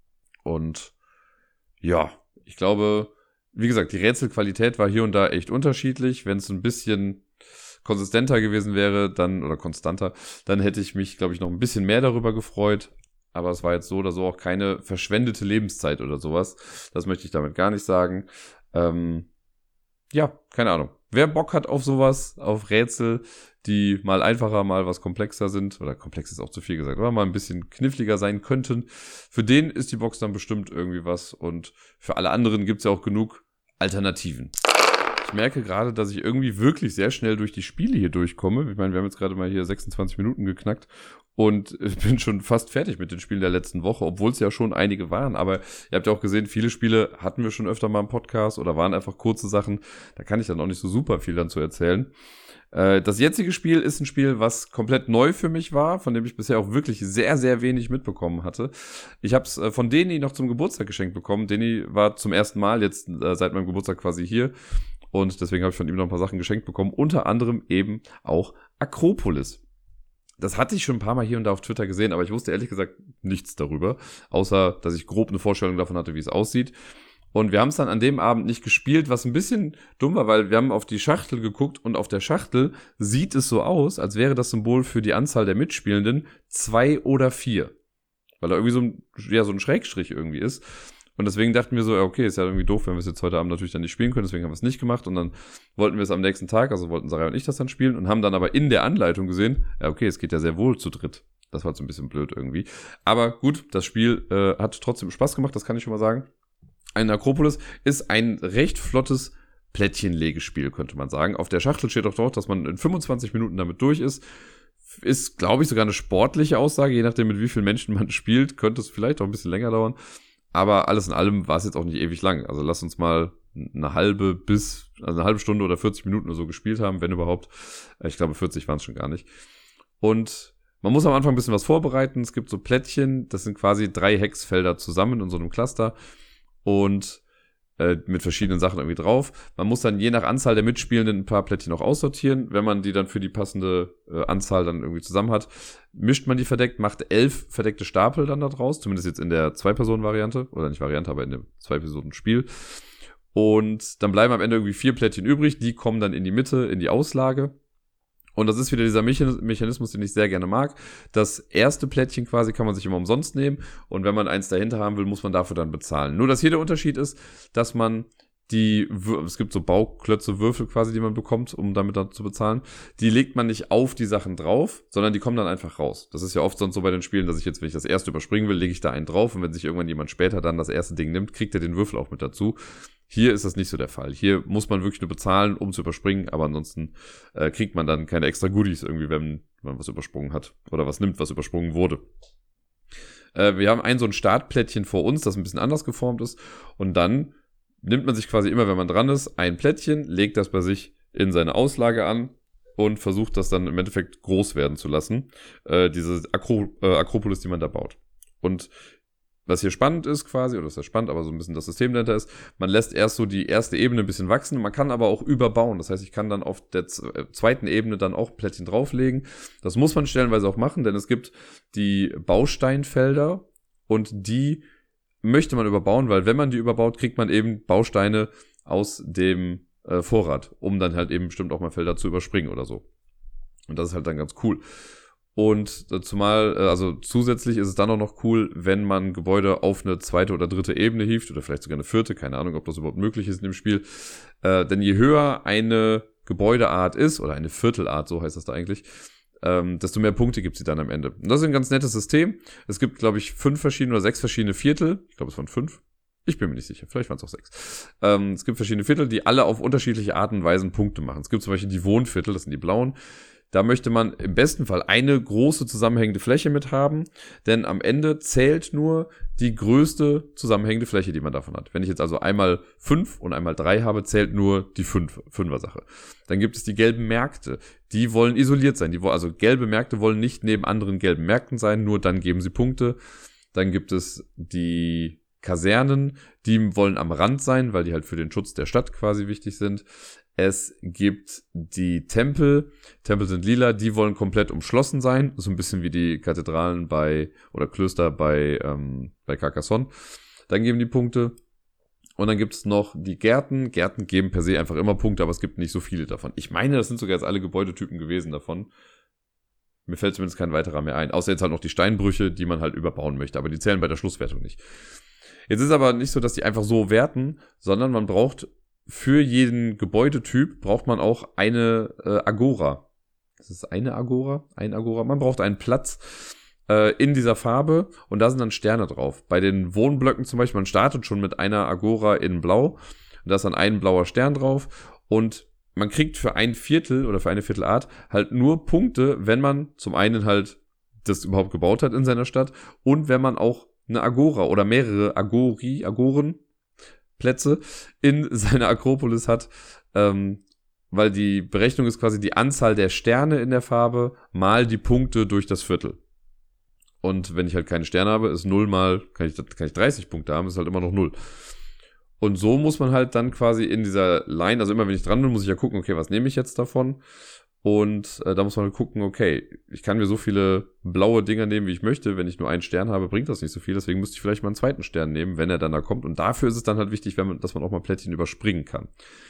Und ja, ich glaube, wie gesagt, die Rätselqualität war hier und da echt unterschiedlich. Wenn es ein bisschen konsistenter gewesen wäre, dann, oder konstanter, dann hätte ich mich, glaube ich, noch ein bisschen mehr darüber gefreut. Aber es war jetzt so oder so auch keine verschwendete Lebenszeit oder sowas. Das möchte ich damit gar nicht sagen. Ja, keine Ahnung. Wer Bock hat auf sowas, auf Rätsel, die mal einfacher, mal was komplexer sind, oder komplex ist auch zu viel gesagt, aber mal ein bisschen kniffliger sein könnten, für den ist die Box dann bestimmt irgendwie was. Und für alle anderen gibt es ja auch genug Alternativen. Ich merke gerade, dass ich irgendwie wirklich sehr schnell durch die Spiele hier durchkomme. Ich meine, wir haben jetzt gerade mal hier 26 Minuten geknackt und ich bin schon fast fertig mit den Spielen der letzten Woche, obwohl es ja schon einige waren. Aber ihr habt ja auch gesehen, viele Spiele hatten wir schon öfter mal im Podcast oder waren einfach kurze Sachen. Da kann ich dann auch nicht so super viel dann zu erzählen. Das jetzige Spiel ist ein Spiel, was komplett neu für mich war, von dem ich bisher auch wirklich sehr, sehr wenig mitbekommen hatte. Ich habe es von Deni noch zum Geburtstag geschenkt bekommen. Deni war zum ersten Mal jetzt seit meinem Geburtstag quasi hier. Und deswegen habe ich von ihm noch ein paar Sachen geschenkt bekommen. Unter anderem eben auch Akropolis. Das hatte ich schon ein paar Mal hier und da auf Twitter gesehen, aber ich wusste ehrlich gesagt nichts darüber. Außer, dass ich grob eine Vorstellung davon hatte, wie es aussieht. Und wir haben es dann an dem Abend nicht gespielt, was ein bisschen dumm war, weil wir haben auf die Schachtel geguckt und auf der Schachtel sieht es so aus, als wäre das Symbol für die Anzahl der Mitspielenden 2 oder 4. Weil da irgendwie so ein Schrägstrich irgendwie ist. Und deswegen dachten wir so, ja, okay, ist ja irgendwie doof, wenn wir es jetzt heute Abend natürlich dann nicht spielen können, deswegen haben wir es nicht gemacht und dann wollten wir es am nächsten Tag, also wollten Sarah und ich das dann spielen und haben dann aber in der Anleitung gesehen, ja, okay, es geht ja sehr wohl zu dritt. Das war so ein bisschen blöd irgendwie. Aber gut, das Spiel hat trotzdem Spaß gemacht, das kann ich schon mal sagen. Ein Akropolis ist ein recht flottes Plättchenlegespiel, könnte man sagen. Auf der Schachtel steht auch dort, dass man in 25 Minuten damit durch ist. Ist, glaube ich, sogar eine sportliche Aussage, je nachdem, mit wie vielen Menschen man spielt, könnte es vielleicht auch ein bisschen länger dauern. Aber alles in allem war es jetzt auch nicht ewig lang. Also lass uns mal eine halbe Stunde oder 40 Minuten oder so gespielt haben, wenn überhaupt. Ich glaube, 40 waren es schon gar nicht. Und man muss am Anfang ein bisschen was vorbereiten. Es gibt so Plättchen, das sind quasi 3 Hexfelder zusammen in so einem Cluster und mit verschiedenen Sachen irgendwie drauf. Man muss dann je nach Anzahl der Mitspielenden ein paar Plättchen auch aussortieren. Wenn man die dann für die passende Anzahl dann irgendwie zusammen hat, mischt man die verdeckt, macht 11 verdeckte Stapel dann da draus, zumindest jetzt in der 2-Personen-Variante, oder nicht Variante, aber in dem 2-Personen-Spiel. Und dann bleiben am Ende irgendwie 4 Plättchen übrig, die kommen dann in die Mitte, in die Auslage. Und das ist wieder dieser Mechanismus, den ich sehr gerne mag. Das erste Plättchen quasi kann man sich immer umsonst nehmen. Und wenn man eins dahinter haben will, muss man dafür dann bezahlen. Nur, dass hier der Unterschied ist, dass man es gibt so Bauklötze, Würfel quasi, die man bekommt, um damit dann zu bezahlen. Die legt man nicht auf die Sachen drauf, sondern die kommen dann einfach raus. Das ist ja oft sonst so bei den Spielen, dass wenn ich das erste überspringen will, lege ich da einen drauf. Und wenn sich irgendwann jemand später dann das erste Ding nimmt, kriegt er den Würfel auch mit dazu. Hier ist das nicht so der Fall. Hier muss man wirklich nur bezahlen, um zu überspringen, aber ansonsten kriegt man dann keine extra Goodies irgendwie, wenn man was übersprungen hat oder was nimmt, was übersprungen wurde. Wir haben so ein Startplättchen vor uns, das ein bisschen anders geformt ist und dann nimmt man sich quasi immer, wenn man dran ist, ein Plättchen, legt das bei sich in seine Auslage an und versucht das dann im Endeffekt groß werden zu lassen. Diese Akropolis, die man da baut. Und was hier spannend ist quasi, oder das ist ja spannend, aber so ein bisschen das System dahinter ist, man lässt erst so die erste Ebene ein bisschen wachsen, man kann aber auch überbauen. Das heißt, ich kann dann auf der zweiten Ebene dann auch Plättchen drauflegen. Das muss man stellenweise auch machen, denn es gibt die Bausteinfelder und die möchte man überbauen, weil wenn man die überbaut, kriegt man eben Bausteine aus dem Vorrat, um dann halt eben bestimmt auch mal Felder zu überspringen oder so. Und das ist halt dann ganz cool. Und zusätzlich ist es dann auch noch cool, wenn man Gebäude auf eine zweite oder dritte Ebene hieft oder vielleicht sogar eine vierte, keine Ahnung, ob das überhaupt möglich ist in dem Spiel. Denn je höher eine Gebäudeart ist, oder eine Viertelart, so heißt das da eigentlich, desto mehr Punkte gibt sie dann am Ende. Und das ist ein ganz nettes System. Es gibt, glaube ich, 5 verschiedene oder 6 verschiedene Viertel. Ich glaube, es waren 5. Ich bin mir nicht sicher, vielleicht waren es auch 6. Es gibt verschiedene Viertel, die alle auf unterschiedliche Arten und Weisen Punkte machen. Es gibt zum Beispiel die Wohnviertel, das sind die blauen. Da möchte man im besten Fall eine große zusammenhängende Fläche mit haben, denn am Ende zählt nur die größte zusammenhängende Fläche, die man davon hat. Wenn ich jetzt also einmal 5 und einmal 3 habe, zählt nur die 5er-Sache. Dann gibt es die gelben Märkte, die wollen isoliert sein. Also gelbe Märkte wollen nicht neben anderen gelben Märkten sein, nur dann geben sie Punkte. Dann gibt es die Kasernen, die wollen am Rand sein, weil die halt für den Schutz der Stadt quasi wichtig sind. Es gibt die Tempel sind lila, die wollen komplett umschlossen sein, so ein bisschen wie die Kathedralen oder Klöster bei Carcassonne. Dann geben die Punkte. Und dann gibt es noch die Gärten. Gärten geben per se einfach immer Punkte, aber es gibt nicht so viele davon. Ich meine, das sind sogar jetzt alle Gebäudetypen gewesen davon. Mir fällt zumindest kein weiterer mehr ein. Außer jetzt halt noch die Steinbrüche, die man halt überbauen möchte, aber die zählen bei der Schlusswertung nicht. Jetzt ist aber nicht so, dass die einfach so werten, sondern man braucht für jeden Gebäudetyp braucht man auch eine Agora. Das ist eine Agora? Ein Agora. Man braucht einen Platz in dieser Farbe und da sind dann Sterne drauf. Bei den Wohnblöcken zum Beispiel, man startet schon mit einer Agora in Blau und da ist dann ein blauer Stern drauf und man kriegt für ein Viertel oder für eine Viertelart halt nur Punkte, wenn man zum einen halt das überhaupt gebaut hat in seiner Stadt und wenn man auch eine Agora oder mehrere Agoren Plätze in seiner Akropolis hat, weil die Berechnung ist quasi die Anzahl der Sterne in der Farbe mal die Punkte durch das Viertel. Und wenn ich halt keine Sterne habe, ist 0 mal, kann ich 30 Punkte haben, ist halt immer noch 0. Und so muss man halt dann quasi in dieser Line, also immer wenn ich dran bin, muss ich ja gucken, okay, was nehme ich jetzt davon? Und da muss man halt gucken, okay, ich kann mir so viele blaue Dinger nehmen, wie ich möchte. Wenn ich nur einen Stern habe, bringt das nicht so viel. Deswegen müsste ich vielleicht mal einen zweiten Stern nehmen, wenn er dann da kommt. Und dafür ist es dann halt wichtig, dass man auch mal Plättchen überspringen kann.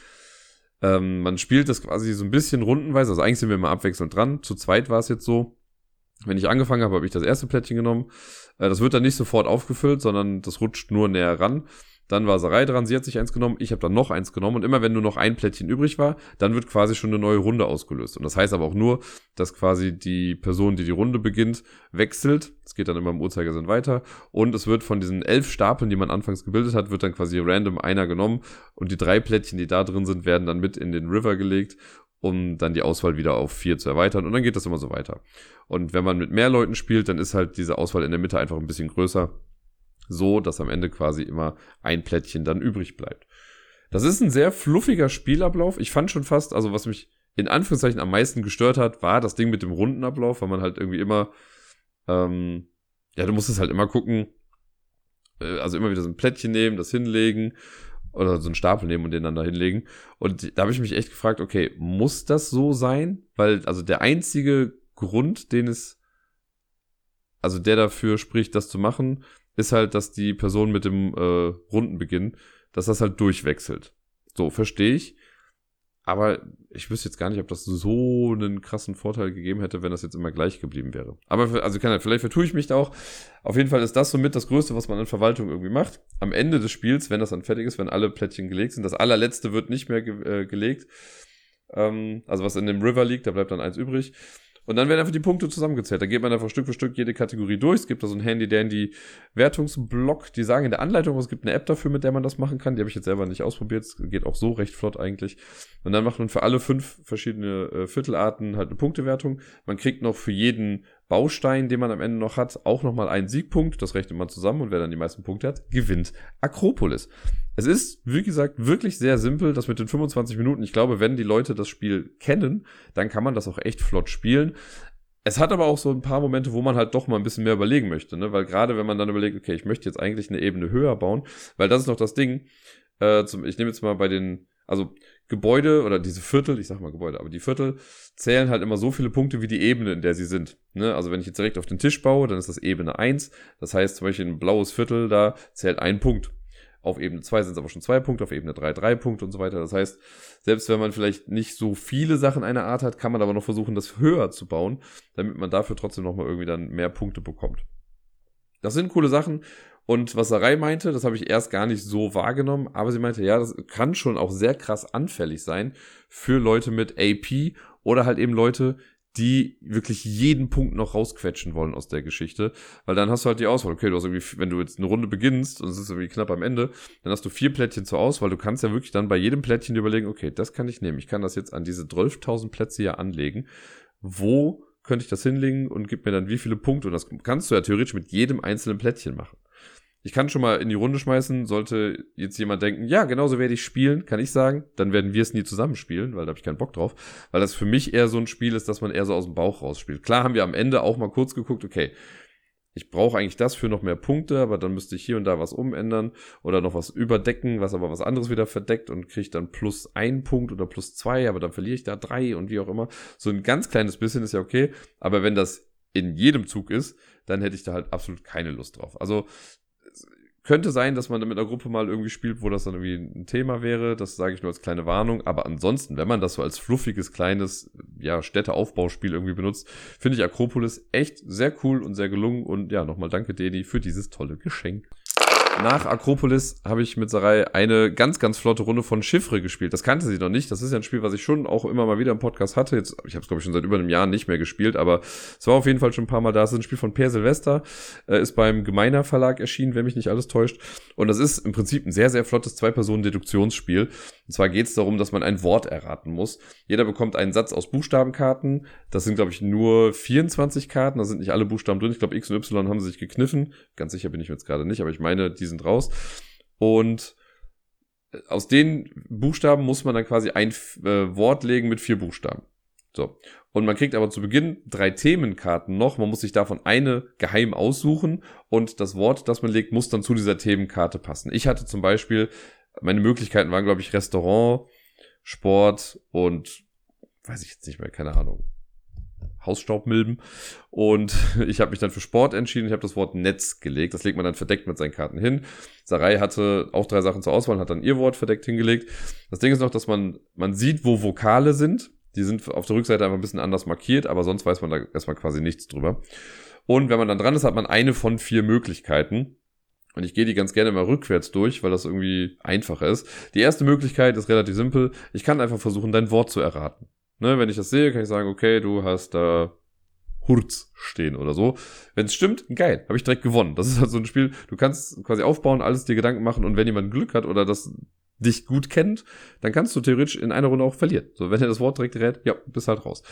Man spielt das quasi so ein bisschen rundenweise. Also eigentlich sind wir immer abwechselnd dran. Zu zweit war es jetzt so. Wenn ich angefangen habe, habe ich das erste Plättchen genommen. Das wird dann nicht sofort aufgefüllt, sondern das rutscht nur näher ran. Dann war Sarai dran, sie hat sich eins genommen, ich habe dann noch eins genommen und immer wenn nur noch ein Plättchen übrig war, dann wird quasi schon eine neue Runde ausgelöst. Und das heißt aber auch nur, dass quasi die Person, die Runde beginnt, wechselt. Es geht dann immer im Uhrzeigersinn weiter und es wird von diesen 11 Stapeln, die man anfangs gebildet hat, wird dann quasi random einer genommen und die 3 Plättchen, die da drin sind, werden dann mit in den River gelegt, um dann die Auswahl wieder auf 4 zu erweitern und dann geht das immer so weiter. Und wenn man mit mehr Leuten spielt, dann ist halt diese Auswahl in der Mitte einfach ein bisschen größer. So, dass am Ende quasi immer ein Plättchen dann übrig bleibt. Das ist ein sehr fluffiger Spielablauf. Ich fand schon fast, also was mich in Anführungszeichen am meisten gestört hat, war das Ding mit dem Rundenablauf, weil man halt irgendwie immer, du musst es halt immer gucken, also immer wieder so ein Plättchen nehmen, das hinlegen oder so einen Stapel nehmen und den dann da hinlegen. Und da habe ich mich echt gefragt, okay, muss das so sein? Weil, also der einzige Grund, der dafür spricht, das zu machen, ist halt, dass die Person mit dem Rundenbeginn, dass das halt durchwechselt. So, verstehe ich. Aber ich wüsste jetzt gar nicht, ob das so einen krassen Vorteil gegeben hätte, wenn das jetzt immer gleich geblieben wäre. Aber vielleicht vertue ich mich da auch. Auf jeden Fall ist das somit das Größte, was man an Verwaltung irgendwie macht. Am Ende des Spiels, wenn das dann fertig ist, wenn alle Plättchen gelegt sind, das allerletzte wird nicht mehr gelegt. Also was in dem River liegt, da bleibt dann eins übrig. Und dann werden einfach die Punkte zusammengezählt. Da geht man einfach Stück für Stück jede Kategorie durch. Es gibt da so einen Handy-Dandy-Wertungsblock. Die sagen in der Anleitung, es gibt eine App dafür, mit der man das machen kann. Die habe ich jetzt selber nicht ausprobiert. Es geht auch so recht flott eigentlich. Und dann macht man für alle 5 verschiedene Viertelarten halt eine Punktewertung. Man kriegt noch für jeden Baustein, den man am Ende noch hat, auch nochmal einen Siegpunkt. Das rechnet man zusammen und wer dann die meisten Punkte hat, gewinnt Akropolis. Es ist, wie gesagt, wirklich sehr simpel, das mit den 25 Minuten. Ich glaube, wenn die Leute das Spiel kennen, dann kann man das auch echt flott spielen. Es hat aber auch so ein paar Momente, wo man halt doch mal ein bisschen mehr überlegen möchte, ne? Weil gerade wenn man dann überlegt, okay, ich möchte jetzt eigentlich eine Ebene höher bauen, weil das ist noch das Ding. Ich nehme jetzt mal bei den, also Gebäude oder diese Viertel, ich sag mal Gebäude, aber die Viertel zählen halt immer so viele Punkte wie die Ebene, in der sie sind. Ne? Also wenn ich jetzt direkt auf den Tisch baue, dann ist das Ebene 1. Das heißt zum Beispiel ein blaues Viertel, da zählt ein Punkt. Auf Ebene 2 sind es aber schon 2 Punkte, auf Ebene 3 3 Punkte und so weiter. Das heißt, selbst wenn man vielleicht nicht so viele Sachen einer Art hat, kann man aber noch versuchen, das höher zu bauen, damit man dafür trotzdem nochmal irgendwie dann mehr Punkte bekommt. Das sind coole Sachen. Und was Sarai meinte, das habe ich erst gar nicht so wahrgenommen, aber sie meinte, ja, das kann schon auch sehr krass anfällig sein für Leute mit AP oder halt eben Leute, die wirklich jeden Punkt noch rausquetschen wollen aus der Geschichte, weil dann hast du halt die Auswahl, okay, du hast irgendwie, wenn du jetzt eine Runde beginnst und es ist irgendwie knapp am Ende, dann hast du 4 Plättchen zur Auswahl, du kannst ja wirklich dann bei jedem Plättchen überlegen, okay, das kann ich nehmen, ich kann das jetzt an diese 12.000 Plätze hier anlegen, wo könnte ich das hinlegen und gib mir dann wie viele Punkte und das kannst du ja theoretisch mit jedem einzelnen Plättchen machen. Ich kann schon mal in die Runde schmeißen, sollte jetzt jemand denken, ja, genauso werde ich spielen, kann ich sagen, dann werden wir es nie zusammen spielen, weil da habe ich keinen Bock drauf, weil das für mich eher so ein Spiel ist, dass man eher so aus dem Bauch rausspielt. Klar haben wir am Ende auch mal kurz geguckt, okay, ich brauche eigentlich das für noch mehr Punkte, aber dann müsste ich hier und da was umändern oder noch was überdecken, was aber was anderes wieder verdeckt und kriege dann plus 1 Punkt oder plus 2, aber dann verliere ich da 3 und wie auch immer. So ein ganz kleines bisschen ist ja okay, aber wenn das in jedem Zug ist, dann hätte ich da halt absolut keine Lust drauf. Also könnte sein, dass man mit einer Gruppe mal irgendwie spielt, wo das dann irgendwie ein Thema wäre. Das sage ich nur als kleine Warnung. Aber ansonsten, wenn man das so als fluffiges, kleines, ja, Städteaufbauspiel irgendwie benutzt, finde ich Akropolis echt sehr cool und sehr gelungen. Und ja, nochmal danke, Deni, für dieses tolle Geschenk. Nach Akropolis habe ich mit Sarai eine ganz, ganz flotte Runde von Chiffre gespielt. Das kannte sie noch nicht. Das ist ja ein Spiel, was ich schon auch immer mal wieder im Podcast hatte. Jetzt, ich habe es, glaube ich, schon seit über einem Jahr nicht mehr gespielt, aber es war auf jeden Fall schon ein paar Mal da. Es ist ein Spiel von Per Silvester, ist beim Gemeiner Verlag erschienen, wenn mich nicht alles täuscht. Und das ist im Prinzip ein sehr, sehr flottes 2-Personen-Deduktionsspiel. Und zwar geht es darum, dass man ein Wort erraten muss. Jeder bekommt einen Satz aus Buchstabenkarten. Das sind, glaube ich, nur 24 Karten. Da sind nicht alle Buchstaben drin. Ich glaube, X und Y haben sie sich gekniffen. Ganz sicher bin ich mir jetzt gerade nicht, aber ich meine, die sind raus. Und aus den Buchstaben muss man dann quasi ein Wort legen mit 4 Buchstaben. So. Und man kriegt aber zu Beginn 3 Themenkarten noch. Man muss sich davon eine geheim aussuchen und das Wort, das man legt, muss dann zu dieser Themenkarte passen. Ich hatte zum Beispiel, meine Möglichkeiten waren, glaube ich, Restaurant, Sport und weiß ich jetzt nicht mehr, keine Ahnung. Hausstaubmilben. Und ich habe mich dann für Sport entschieden. Ich habe das Wort Netz gelegt. Das legt man dann verdeckt mit seinen Karten hin. Sarai hatte auch 3 Sachen zur Auswahl und hat dann ihr Wort verdeckt hingelegt. Das Ding ist noch, dass man sieht, wo Vokale sind. Die sind auf der Rückseite einfach ein bisschen anders markiert, aber sonst weiß man da erstmal quasi nichts drüber. Und wenn man dann dran ist, hat man eine von 4 Möglichkeiten. Und ich gehe die ganz gerne mal rückwärts durch, weil das irgendwie einfacher ist. Die erste Möglichkeit ist relativ simpel. Ich kann einfach versuchen, dein Wort zu erraten. Ne, wenn ich das sehe, kann ich sagen, okay, du hast da Hurz stehen oder so. Wenn es stimmt, geil, habe ich direkt gewonnen. Das ist halt so ein Spiel, du kannst quasi aufbauen, alles dir Gedanken machen und wenn jemand Glück hat oder das dich gut kennt, dann kannst du theoretisch in einer Runde auch verlieren. So, wenn er das Wort direkt rät, ja, bist halt raus.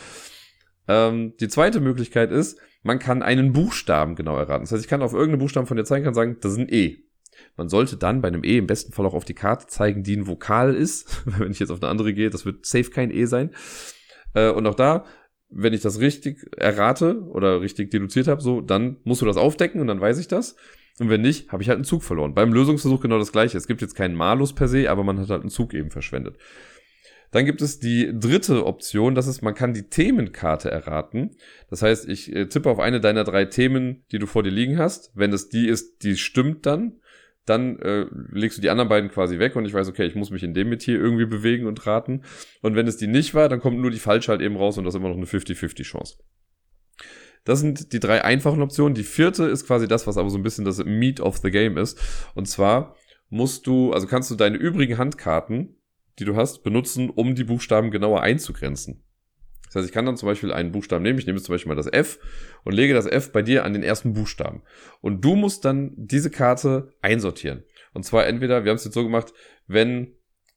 Die zweite Möglichkeit ist, man kann einen Buchstaben genau erraten. Das heißt, ich kann auf irgendeinen Buchstaben von dir zeigen, kann sagen, das ist ein E. Man sollte dann bei einem E im besten Fall auch auf die Karte zeigen, die ein Vokal ist. Wenn ich jetzt auf eine andere gehe, das wird safe kein E sein. Und auch da, wenn ich das richtig errate oder richtig deduziert habe, so, dann musst du das aufdecken und dann weiß ich das. Und wenn nicht, habe ich halt einen Zug verloren. Beim Lösungsversuch genau das Gleiche. Es gibt jetzt keinen Malus per se, aber man hat halt einen Zug eben verschwendet. Dann gibt es die dritte Option, das ist, man kann die Themenkarte erraten. Das heißt, ich tippe auf eine deiner 3 Themen, die du vor dir liegen hast. Wenn es die ist, die stimmt dann legst du die anderen beiden quasi weg und ich weiß, okay, ich muss mich in dem Metier irgendwie bewegen und raten. Und wenn es die nicht war, dann kommt nur die falsche halt eben raus und das ist immer noch eine 50-50 Chance. Das sind die 3 einfachen Optionen. Die 4. ist quasi das, was aber so ein bisschen das Meat of the Game ist. Und zwar kannst du deine übrigen Handkarten, die du hast, benutzen, um die Buchstaben genauer einzugrenzen. Das heißt, ich kann dann zum Beispiel einen Buchstaben nehmen, ich nehme jetzt zum Beispiel mal das F und lege das F bei dir an den ersten Buchstaben. Und du musst dann diese Karte einsortieren. Und zwar entweder, wir haben es jetzt so gemacht, wenn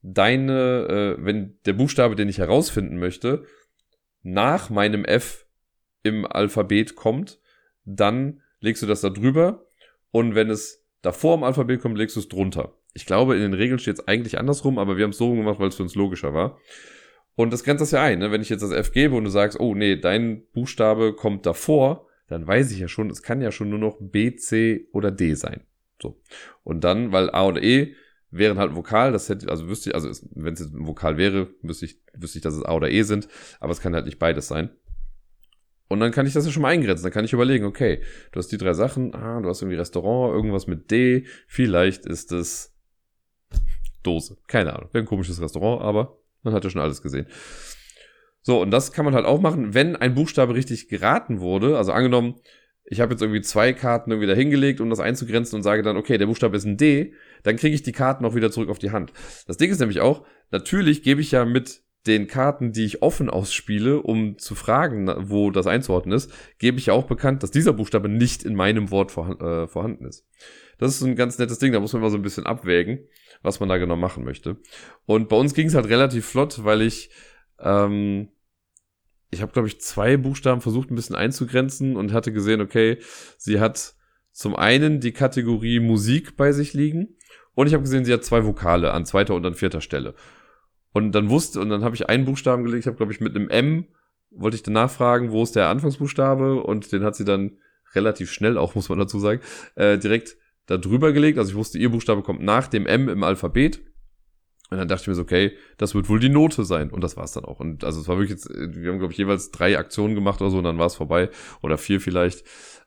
der Buchstabe, den ich herausfinden möchte, nach meinem F im Alphabet kommt, dann legst du das da drüber und wenn es davor im Alphabet kommt, legst du es drunter. Ich glaube, in den Regeln steht es eigentlich andersrum, aber wir haben es so gemacht, weil es für uns logischer war. Und das grenzt das ja ein, ne? Wenn ich jetzt das F gebe und du sagst, oh nee, dein Buchstabe kommt davor, dann weiß ich ja schon, es kann ja schon nur noch B, C oder D sein. So. Und dann, weil A oder E wären halt ein Vokal, das hätte, also wüsste ich, also wenn es jetzt ein Vokal wäre, wüsste ich, dass es A oder E sind, aber es kann halt nicht beides sein. Und dann kann ich das ja schon mal eingrenzen. Dann kann ich überlegen, okay, du hast die 3 Sachen, du hast irgendwie Restaurant, irgendwas mit D, vielleicht ist es Dose. Keine Ahnung, wäre ein komisches Restaurant, aber man hat ja schon alles gesehen. So, und das kann man halt auch machen, wenn ein Buchstabe richtig geraten wurde. Also angenommen, ich habe jetzt irgendwie 2 Karten irgendwie da hingelegt, um das einzugrenzen und sage dann, okay, der Buchstabe ist ein D, dann kriege ich die Karten auch wieder zurück auf die Hand. Das Ding ist nämlich auch, natürlich gebe ich ja mit den Karten, die ich offen ausspiele, um zu fragen, wo das einzuordnen ist, gebe ich ja auch bekannt, dass dieser Buchstabe nicht in meinem Wort vorhanden ist. Das ist ein ganz nettes Ding, da muss man mal so ein bisschen abwägen, was man da genau machen möchte. Und bei uns ging es halt relativ flott, weil ich habe, glaube ich, 2 Buchstaben versucht, ein bisschen einzugrenzen und hatte gesehen, okay, sie hat zum einen die Kategorie Musik bei sich liegen und ich habe gesehen, sie hat 2 Vokale an 2. und an 4. Stelle. Und dann habe ich einen Buchstaben gelegt, ich habe, glaube ich, mit einem M, wollte ich danach fragen, wo ist der Anfangsbuchstabe, und den hat sie dann relativ schnell, auch muss man dazu sagen, direkt da drüber gelegt. Also ich wusste, ihr Buchstabe kommt nach dem M im Alphabet. Und dann dachte ich mir so, okay, das wird wohl die Note sein. Und das war's dann auch. Und also es war wirklich jetzt, wir haben, glaube ich, jeweils 3 Aktionen gemacht oder so, und dann war es vorbei. Oder 4 vielleicht.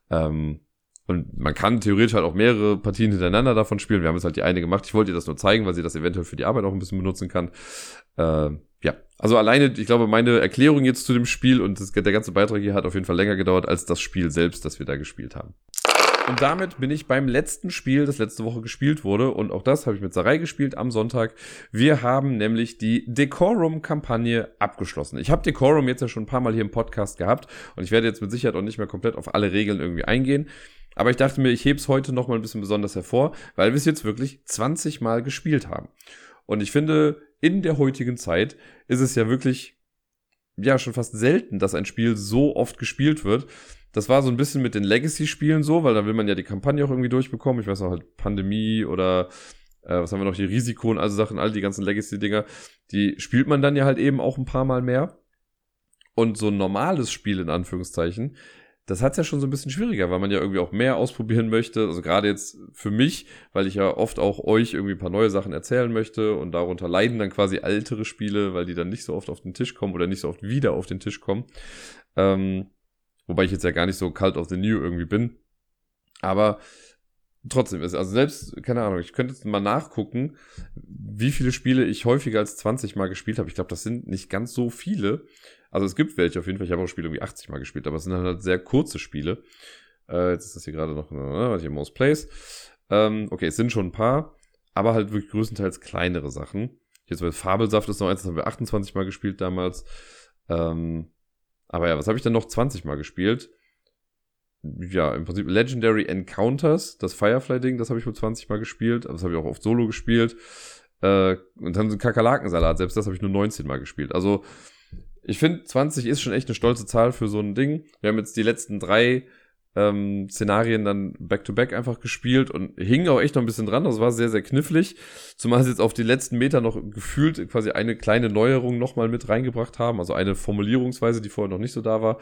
Und man kann theoretisch halt auch mehrere Partien hintereinander davon spielen. Wir haben jetzt halt die eine gemacht. Ich wollte ihr das nur zeigen, weil sie das eventuell für die Arbeit auch ein bisschen benutzen kann. Ja, also alleine, ich glaube, meine Erklärung jetzt zu dem Spiel und der ganze Beitrag hier hat auf jeden Fall länger gedauert als das Spiel selbst, das wir da gespielt haben. Und damit bin ich beim letzten Spiel, das letzte Woche gespielt wurde. Und auch das habe ich mit Sarai gespielt am Sonntag. Wir haben nämlich die Decorum-Kampagne abgeschlossen. Ich habe Decorum jetzt ja schon ein paar Mal hier im Podcast gehabt. Und ich werde jetzt mit Sicherheit auch nicht mehr komplett auf alle Regeln irgendwie eingehen. Aber ich dachte mir, ich hebe es heute noch mal ein bisschen besonders hervor, weil wir es jetzt wirklich 20 Mal gespielt haben. Und ich finde, in der heutigen Zeit ist es ja wirklich, ja, schon fast selten, dass ein Spiel so oft gespielt wird. Das war so ein bisschen mit den Legacy-Spielen so, weil da will man ja die Kampagne auch irgendwie durchbekommen. Ich weiß noch, halt Pandemie oder was haben wir noch hier, Risiko und also Sachen, all die ganzen Legacy-Dinger, die spielt man dann ja halt eben auch ein paar Mal mehr. Und so ein normales Spiel, in Anführungszeichen, das hat's ja schon so ein bisschen schwieriger, weil man ja irgendwie auch mehr ausprobieren möchte. Also gerade jetzt für mich, weil ich ja oft auch euch irgendwie ein paar neue Sachen erzählen möchte, und darunter leiden dann quasi ältere Spiele, weil die dann nicht so oft auf den Tisch kommen oder nicht so oft wieder auf den Tisch kommen. Wobei ich jetzt ja gar nicht so Cult of the New irgendwie bin. Aber trotzdem ist, also selbst, keine Ahnung, ich könnte jetzt mal nachgucken, wie viele Spiele ich häufiger als 20 Mal gespielt habe. Ich glaube, das sind nicht ganz so viele. Also es gibt welche auf jeden Fall. Ich habe auch Spiele irgendwie 80 Mal gespielt, aber es sind halt sehr kurze Spiele. Jetzt ist das hier gerade noch, was hier Most Plays. Okay, es sind schon ein paar, aber halt wirklich größtenteils kleinere Sachen. Jetzt bei Fabelsaft ist noch eins, das haben wir 28 Mal gespielt damals. Aber ja, was habe ich denn noch 20 Mal gespielt? Ja, im Prinzip Legendary Encounters, das Firefly-Ding, das habe ich wohl 20 Mal gespielt. Aber das habe ich auch oft Solo gespielt. Und dann so ein Kakerlakensalat, selbst das habe ich nur 19 Mal gespielt. Also ich finde, 20 ist schon echt eine stolze Zahl für so ein Ding. Wir haben jetzt die letzten 3 Szenarien dann back-to-back einfach gespielt und hingen auch echt noch ein bisschen dran. Das war sehr, sehr knifflig. Zumal sie jetzt auf die letzten Meter noch gefühlt quasi eine kleine Neuerung nochmal mit reingebracht haben. Also eine Formulierungsweise, die vorher noch nicht so da war.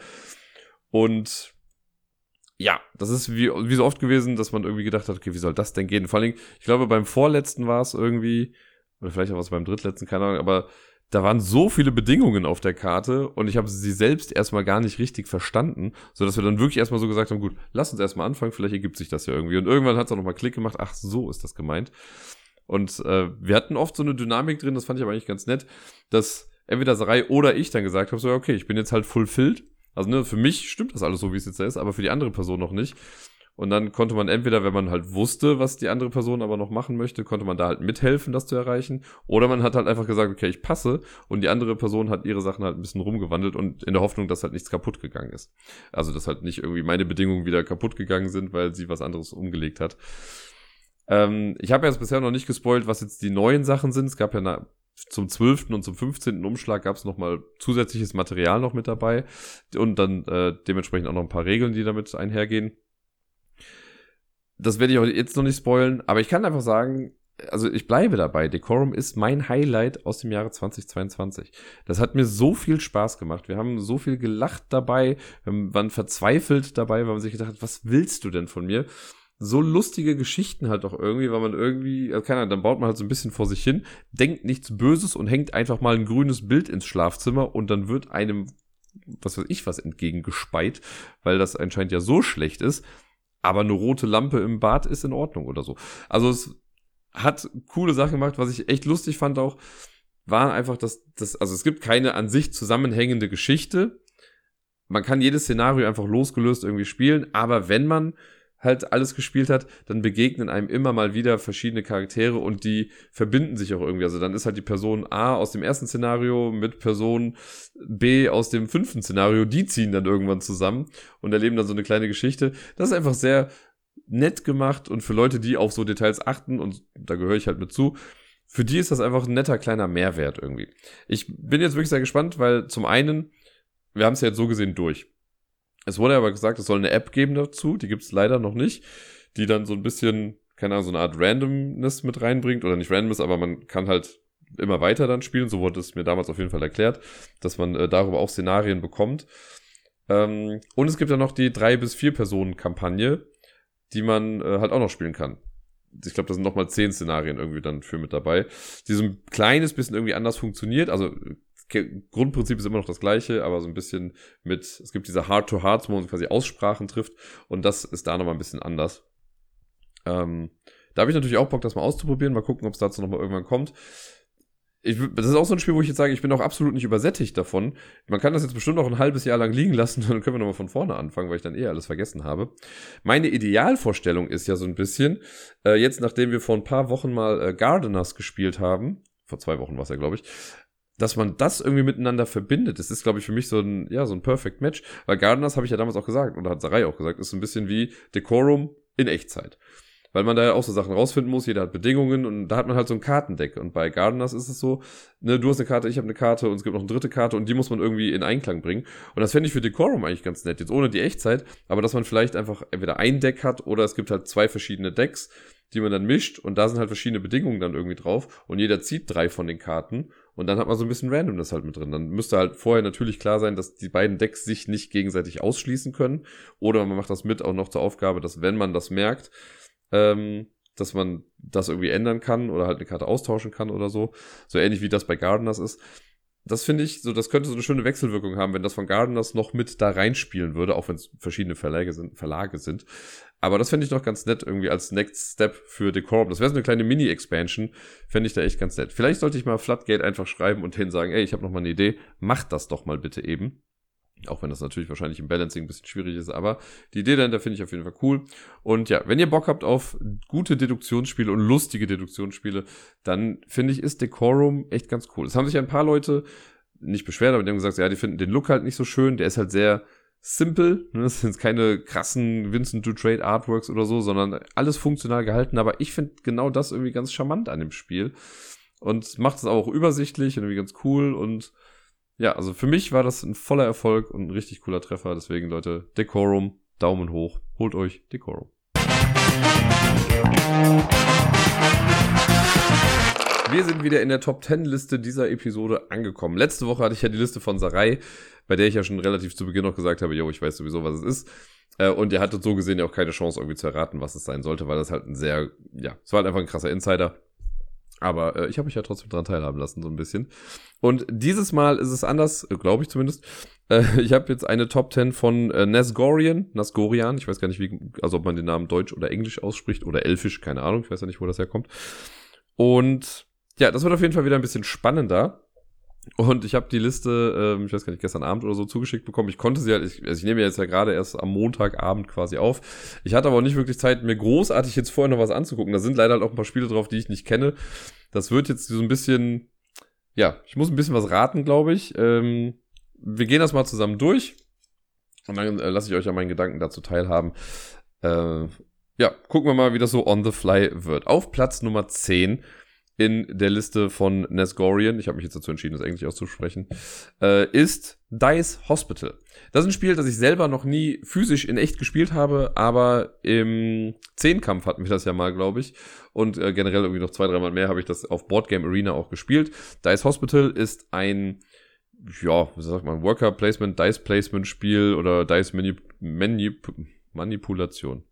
Und ja, das ist wie so oft gewesen, dass man irgendwie gedacht hat, okay, wie soll das denn gehen? Vor allem, ich glaube, beim vorletzten war es irgendwie, oder vielleicht auch was beim drittletzten, keine Ahnung, aber da waren so viele Bedingungen auf der Karte und ich habe sie selbst erstmal gar nicht richtig verstanden, sodass wir dann wirklich erstmal so gesagt haben, gut, lass uns erstmal anfangen, vielleicht ergibt sich das ja irgendwie. Und irgendwann hat es auch nochmal Klick gemacht, ach, so ist das gemeint. Und wir hatten oft so eine Dynamik drin, das fand ich aber eigentlich ganz nett, dass entweder Sarai oder ich dann gesagt habe, so, okay, ich bin jetzt halt fulfilled. Also ne, für mich stimmt das alles so, wie es jetzt ist, aber für die andere Person noch nicht. Und dann konnte man entweder, wenn man halt wusste, was die andere Person aber noch machen möchte, konnte man da halt mithelfen, das zu erreichen. Oder man hat halt einfach gesagt, okay, ich passe. Und die andere Person hat ihre Sachen halt ein bisschen rumgewandelt und in der Hoffnung, dass halt nichts kaputt gegangen ist. Also, dass halt nicht irgendwie meine Bedingungen wieder kaputt gegangen sind, weil sie was anderes umgelegt hat. Ich habe jetzt bisher noch nicht gespoilt, was jetzt die neuen Sachen sind. Es gab ja zum 12. und zum 15. Umschlag gab es nochmal zusätzliches Material noch mit dabei. Und dann dementsprechend auch noch ein paar Regeln, die damit einhergehen. Das werde ich auch jetzt noch nicht spoilen, aber ich kann einfach sagen, also ich bleibe dabei. Decorum ist mein Highlight aus dem Jahre 2022. Das hat mir so viel Spaß gemacht. Wir haben so viel gelacht dabei, wir waren verzweifelt dabei, weil man sich gedacht hat, was willst du denn von mir? So lustige Geschichten halt auch irgendwie, weil man irgendwie, also keine Ahnung, dann baut man halt so ein bisschen vor sich hin, denkt nichts Böses und hängt einfach mal ein grünes Bild ins Schlafzimmer und dann wird einem, was weiß ich, was entgegengespeit, weil das anscheinend ja so schlecht ist. Aber eine rote Lampe im Bad ist in Ordnung oder so. Also es hat coole Sachen gemacht. Was ich echt lustig fand auch, war einfach, also es gibt keine an sich zusammenhängende Geschichte. Man kann jedes Szenario einfach losgelöst irgendwie spielen. Aber wenn man halt alles gespielt hat, dann begegnen einem immer mal wieder verschiedene Charaktere und die verbinden sich auch irgendwie. Also dann ist halt die Person A aus dem ersten Szenario mit Person B aus dem 5. Szenario, die ziehen dann irgendwann zusammen und erleben dann so eine kleine Geschichte. Das ist einfach sehr nett gemacht und für Leute, die auf so Details achten, und da gehöre ich halt mit zu, für die ist das einfach ein netter kleiner Mehrwert irgendwie. Ich bin jetzt wirklich sehr gespannt, weil zum einen, wir haben es ja jetzt so gesehen durch. Es wurde aber gesagt, es soll eine App geben dazu, die gibt es leider noch nicht, die dann so ein bisschen, keine Ahnung, so eine Art Randomness mit reinbringt, oder nicht Randomness, aber man kann halt immer weiter dann spielen, so wurde es mir damals auf jeden Fall erklärt, dass man darüber auch Szenarien bekommt. Und es gibt ja noch die 3-bis-4-Personen-Kampagne, die man halt auch noch spielen kann. Ich glaube, da sind nochmal 10 Szenarien irgendwie dann für mit dabei, die so ein kleines bisschen irgendwie anders funktioniert, also Grundprinzip ist immer noch das gleiche, aber so ein bisschen es gibt diese Heart-to-Hearts, wo man quasi Aussprachen trifft und das ist da nochmal ein bisschen anders. Da habe ich natürlich auch Bock, das mal auszuprobieren, mal gucken, ob es dazu nochmal irgendwann kommt. Das ist auch so ein Spiel, wo ich jetzt sage, ich bin auch absolut nicht übersättigt davon. Man kann das jetzt bestimmt noch ein halbes Jahr lang liegen lassen, dann können wir nochmal von vorne anfangen, weil ich dann alles vergessen habe. Meine Idealvorstellung ist ja so ein bisschen, jetzt nachdem wir vor ein paar Wochen mal Gardeners gespielt haben, vor 2 Wochen war es ja, glaube ich, dass man das irgendwie miteinander verbindet. Das ist, glaube ich, für mich so ein Perfect Match. Weil Gardeners, habe ich ja damals auch gesagt, oder hat Sarai auch gesagt, ist so ein bisschen wie Decorum in Echtzeit. Weil man da ja auch so Sachen rausfinden muss, jeder hat Bedingungen und da hat man halt so ein Kartendeck. Und bei Gardeners ist es so, ne, du hast eine Karte, ich habe eine Karte und es gibt noch eine dritte Karte und die muss man irgendwie in Einklang bringen. Und das fände ich für Decorum eigentlich ganz nett, jetzt ohne die Echtzeit, aber dass man vielleicht einfach entweder ein Deck hat oder es gibt halt 2 verschiedene Decks, die man dann mischt und da sind halt verschiedene Bedingungen dann irgendwie drauf und jeder zieht 3 von den Karten und dann hat man so ein bisschen Randomness halt mit drin. Dann müsste halt vorher natürlich klar sein, dass die beiden Decks sich nicht gegenseitig ausschließen können oder man macht das mit auch noch zur Aufgabe, dass wenn man das merkt, dass man das irgendwie ändern kann oder halt eine Karte austauschen kann oder so. So ähnlich wie das bei Gardeners ist. Das finde ich, das könnte so eine schöne Wechselwirkung haben, wenn das von Gardeners noch mit da reinspielen würde, auch wenn es verschiedene Verlage sind. Aber das fände ich noch ganz nett, irgendwie als Next Step für Decorum. Das wäre so eine kleine Mini-Expansion, fände ich da echt ganz nett. Vielleicht sollte ich mal Floodgate einfach schreiben und denen sagen, ey, ich habe noch mal eine Idee, macht das doch mal bitte eben. Auch wenn das natürlich wahrscheinlich im Balancing ein bisschen schwierig ist, aber die Idee dahinter finde ich auf jeden Fall cool. Und ja, wenn ihr Bock habt auf gute Deduktionsspiele und lustige Deduktionsspiele, dann finde ich, ist Decorum echt ganz cool. Es haben sich ein paar Leute nicht beschwert, aber die haben gesagt, ja, die finden den Look halt nicht so schön. Der ist halt sehr simpel. Ne? Das sind keine krassen Vincent Dutrade Artworks oder so, sondern alles funktional gehalten. Aber ich finde genau das irgendwie ganz charmant an dem Spiel. Und macht es auch übersichtlich und irgendwie ganz cool und ja, also für mich war das ein voller Erfolg und ein richtig cooler Treffer. Deswegen, Leute, Decorum, Daumen hoch. Holt euch Decorum. Wir sind wieder in der Top-10-Liste dieser Episode angekommen. Letzte Woche hatte ich ja die Liste von Sarai, bei der ich ja schon relativ zu Beginn noch gesagt habe, ich weiß sowieso, was es ist. Und ihr hattet so gesehen ja auch keine Chance, irgendwie zu erraten, was es sein sollte, weil das halt es war halt einfach ein krasser Insider. Aber ich habe mich ja trotzdem dran teilhaben lassen, so ein bisschen. Und dieses Mal ist es anders, glaube ich zumindest. Ich habe jetzt eine Top 10 von Nasgorian. Ich weiß gar nicht, ob man den Namen Deutsch oder Englisch ausspricht oder Elfisch, keine Ahnung. Ich weiß ja nicht, wo das herkommt. Und ja, das wird auf jeden Fall wieder ein bisschen spannender. Und ich habe die Liste, ich weiß gar nicht, gestern Abend oder so zugeschickt bekommen. Ich konnte sie halt, ich nehme jetzt ja gerade erst am Montagabend quasi auf. Ich hatte aber auch nicht wirklich Zeit, mir großartig jetzt vorher noch was anzugucken. Da sind leider halt auch ein paar Spiele drauf, die ich nicht kenne. Das wird jetzt so ein bisschen, ja, ich muss ein bisschen was raten, glaube ich. Wir gehen das mal zusammen durch. Und dann lasse ich euch ja meinen Gedanken dazu teilhaben. Ja, gucken wir mal, wie das so on the fly wird. Auf Platz Nummer 10 in der Liste von Nesgorian, ich habe mich jetzt dazu entschieden, das Englisch auszusprechen, ist Dice Hospital. Das ist ein Spiel, das ich selber noch nie physisch in echt gespielt habe, aber im Zehnkampf hatten wir das ja mal, glaube ich. Und generell irgendwie noch 2-3 Mal mehr habe ich das auf Boardgame Arena auch gespielt. Dice Hospital ist ein, ja, wie sagt man, Worker Placement, Dice Placement Spiel oder Dice Manipulation.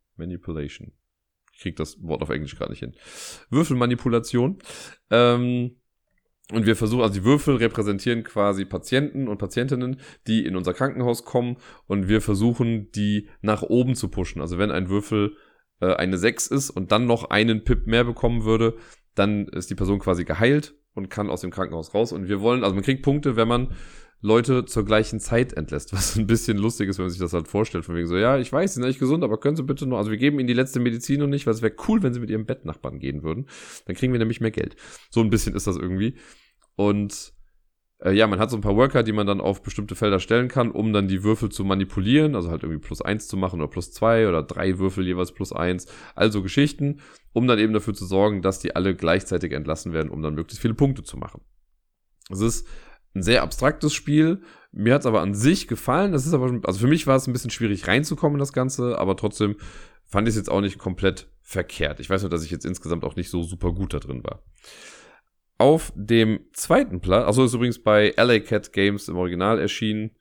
Ich krieg das Wort auf Englisch gerade nicht hin. Würfelmanipulation. Und wir versuchen, also die Würfel repräsentieren quasi Patienten und Patientinnen, die in unser Krankenhaus kommen, und wir versuchen, die nach oben zu pushen. Also wenn ein Würfel eine 6 ist und dann noch einen Pip mehr bekommen würde, dann ist die Person quasi geheilt und kann aus dem Krankenhaus raus. Und wir wollen, also man kriegt Punkte, wenn man Leute zur gleichen Zeit entlässt, was ein bisschen lustig ist, wenn man sich das halt vorstellt, von wegen so, ja, ich weiß, sie sind echt gesund, aber können sie bitte noch, also wir geben ihnen die letzte Medizin noch nicht, weil es wäre cool, wenn sie mit ihrem Bettnachbarn gehen würden, dann kriegen wir nämlich mehr Geld. So ein bisschen ist das irgendwie. Und ja, man hat so ein paar Worker, die man dann auf bestimmte Felder stellen kann, um dann die Würfel zu manipulieren, also halt irgendwie +1 zu machen oder +2 oder 3 Würfel jeweils +1, also Geschichten, um dann eben dafür zu sorgen, dass die alle gleichzeitig entlassen werden, um dann möglichst viele Punkte zu machen. Es ist ein sehr abstraktes Spiel. Mir hat es aber an sich gefallen. Das ist aber, also für mich war es ein bisschen schwierig reinzukommen in das Ganze, aber trotzdem fand ich es jetzt auch nicht komplett verkehrt. Ich weiß nur, dass ich jetzt insgesamt auch nicht so super gut da drin war. Auf dem zweiten Platz, also ist übrigens bei LA Cat Games im Original erschienen.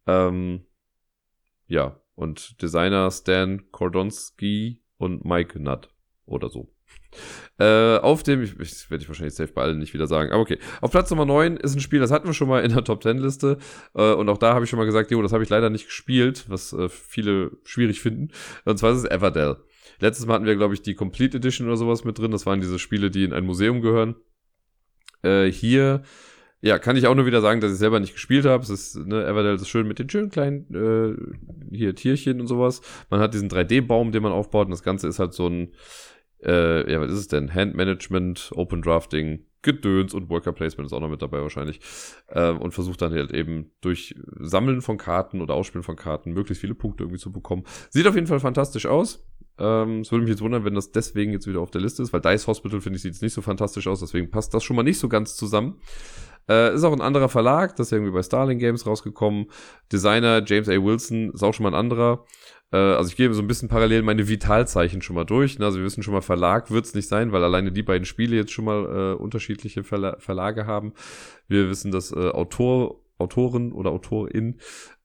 Ja, und Designer Stan Kordonski und Mike Nutt oder so. Auf dem, ich werde ich wahrscheinlich safe bei allen nicht wieder sagen, aber okay. Auf Platz Nummer 9 ist ein Spiel, das hatten wir schon mal in der Top 10 Liste. Und auch da habe ich schon mal gesagt, jo, das habe ich leider nicht gespielt, was viele schwierig finden. Und zwar ist es Everdell. Letztes Mal hatten wir, glaube ich, die Complete Edition oder sowas mit drin. Das waren diese Spiele, die in ein Museum gehören. Hier, ja, kann ich auch nur wieder sagen, dass ich selber nicht gespielt habe. Es ist, ne, Everdell ist schön mit den schönen kleinen, hier Tierchen und sowas. Man hat diesen 3D-Baum, den man aufbaut, und das Ganze ist halt so ein, ja, was ist es denn? Handmanagement, Open Drafting, Gedöns und Worker Placement ist auch noch mit dabei wahrscheinlich. Und versucht dann halt eben durch Sammeln von Karten oder Ausspielen von Karten möglichst viele Punkte irgendwie zu bekommen. Sieht auf jeden Fall fantastisch aus. Es würde mich jetzt wundern, wenn das deswegen jetzt wieder auf der Liste ist, weil Dice Hospital, finde ich, sieht jetzt nicht so fantastisch aus, deswegen passt das schon mal nicht so ganz zusammen. Ist auch ein anderer Verlag, das ist ja irgendwie bei Starling Games rausgekommen. Designer James A. Wilson ist auch schon mal ein anderer. Also ich gebe so ein bisschen parallel meine Vitalzeichen schon mal durch. Also wir wissen schon mal, Verlag wird es nicht sein, weil alleine die beiden Spiele jetzt schon mal unterschiedliche Verlage haben. Wir wissen, dass Autoren oder Autorin,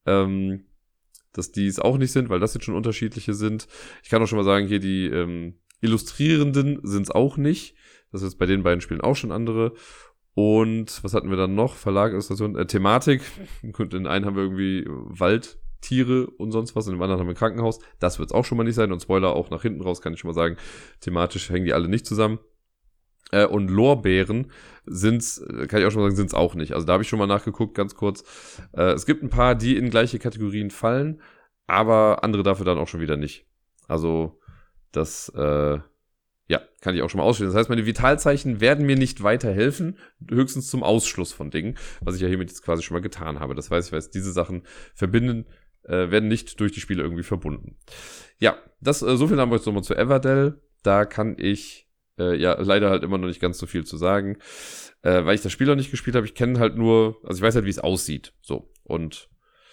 dass die es auch nicht sind, weil das jetzt schon unterschiedliche sind. Ich kann auch schon mal sagen, hier die Illustrierenden sind es auch nicht. Das ist bei den beiden Spielen auch schon andere. Und was hatten wir dann noch? Verlag, Illustration, Thematik. Und in einen haben wir irgendwie Waldtiere und sonst was. In dem anderen haben wir ein Krankenhaus. Das wird es auch schon mal nicht sein. Und Spoiler, auch nach hinten raus kann ich schon mal sagen, thematisch hängen die alle nicht zusammen. Und Lorbeeren sind's, kann ich auch schon mal sagen, sind's auch nicht. Also da habe ich schon mal nachgeguckt, ganz kurz. Es gibt ein paar, die in gleiche Kategorien fallen, aber andere dafür dann auch schon wieder nicht. Also das, ja, kann ich auch schon mal ausschließen. Das heißt, meine Vitalzeichen werden mir nicht weiterhelfen, höchstens zum Ausschluss von Dingen, was ich ja hiermit jetzt quasi schon mal getan habe. Das heißt, ich weiß, diese Sachen werden nicht durch die Spiele irgendwie verbunden. Ja, das, so viel haben wir jetzt nochmal zu Everdell. Da kann ich ja leider halt immer noch nicht ganz so viel zu sagen, weil ich das Spiel noch nicht gespielt habe. Ich kenne halt nur, also ich weiß halt, wie es aussieht. So, und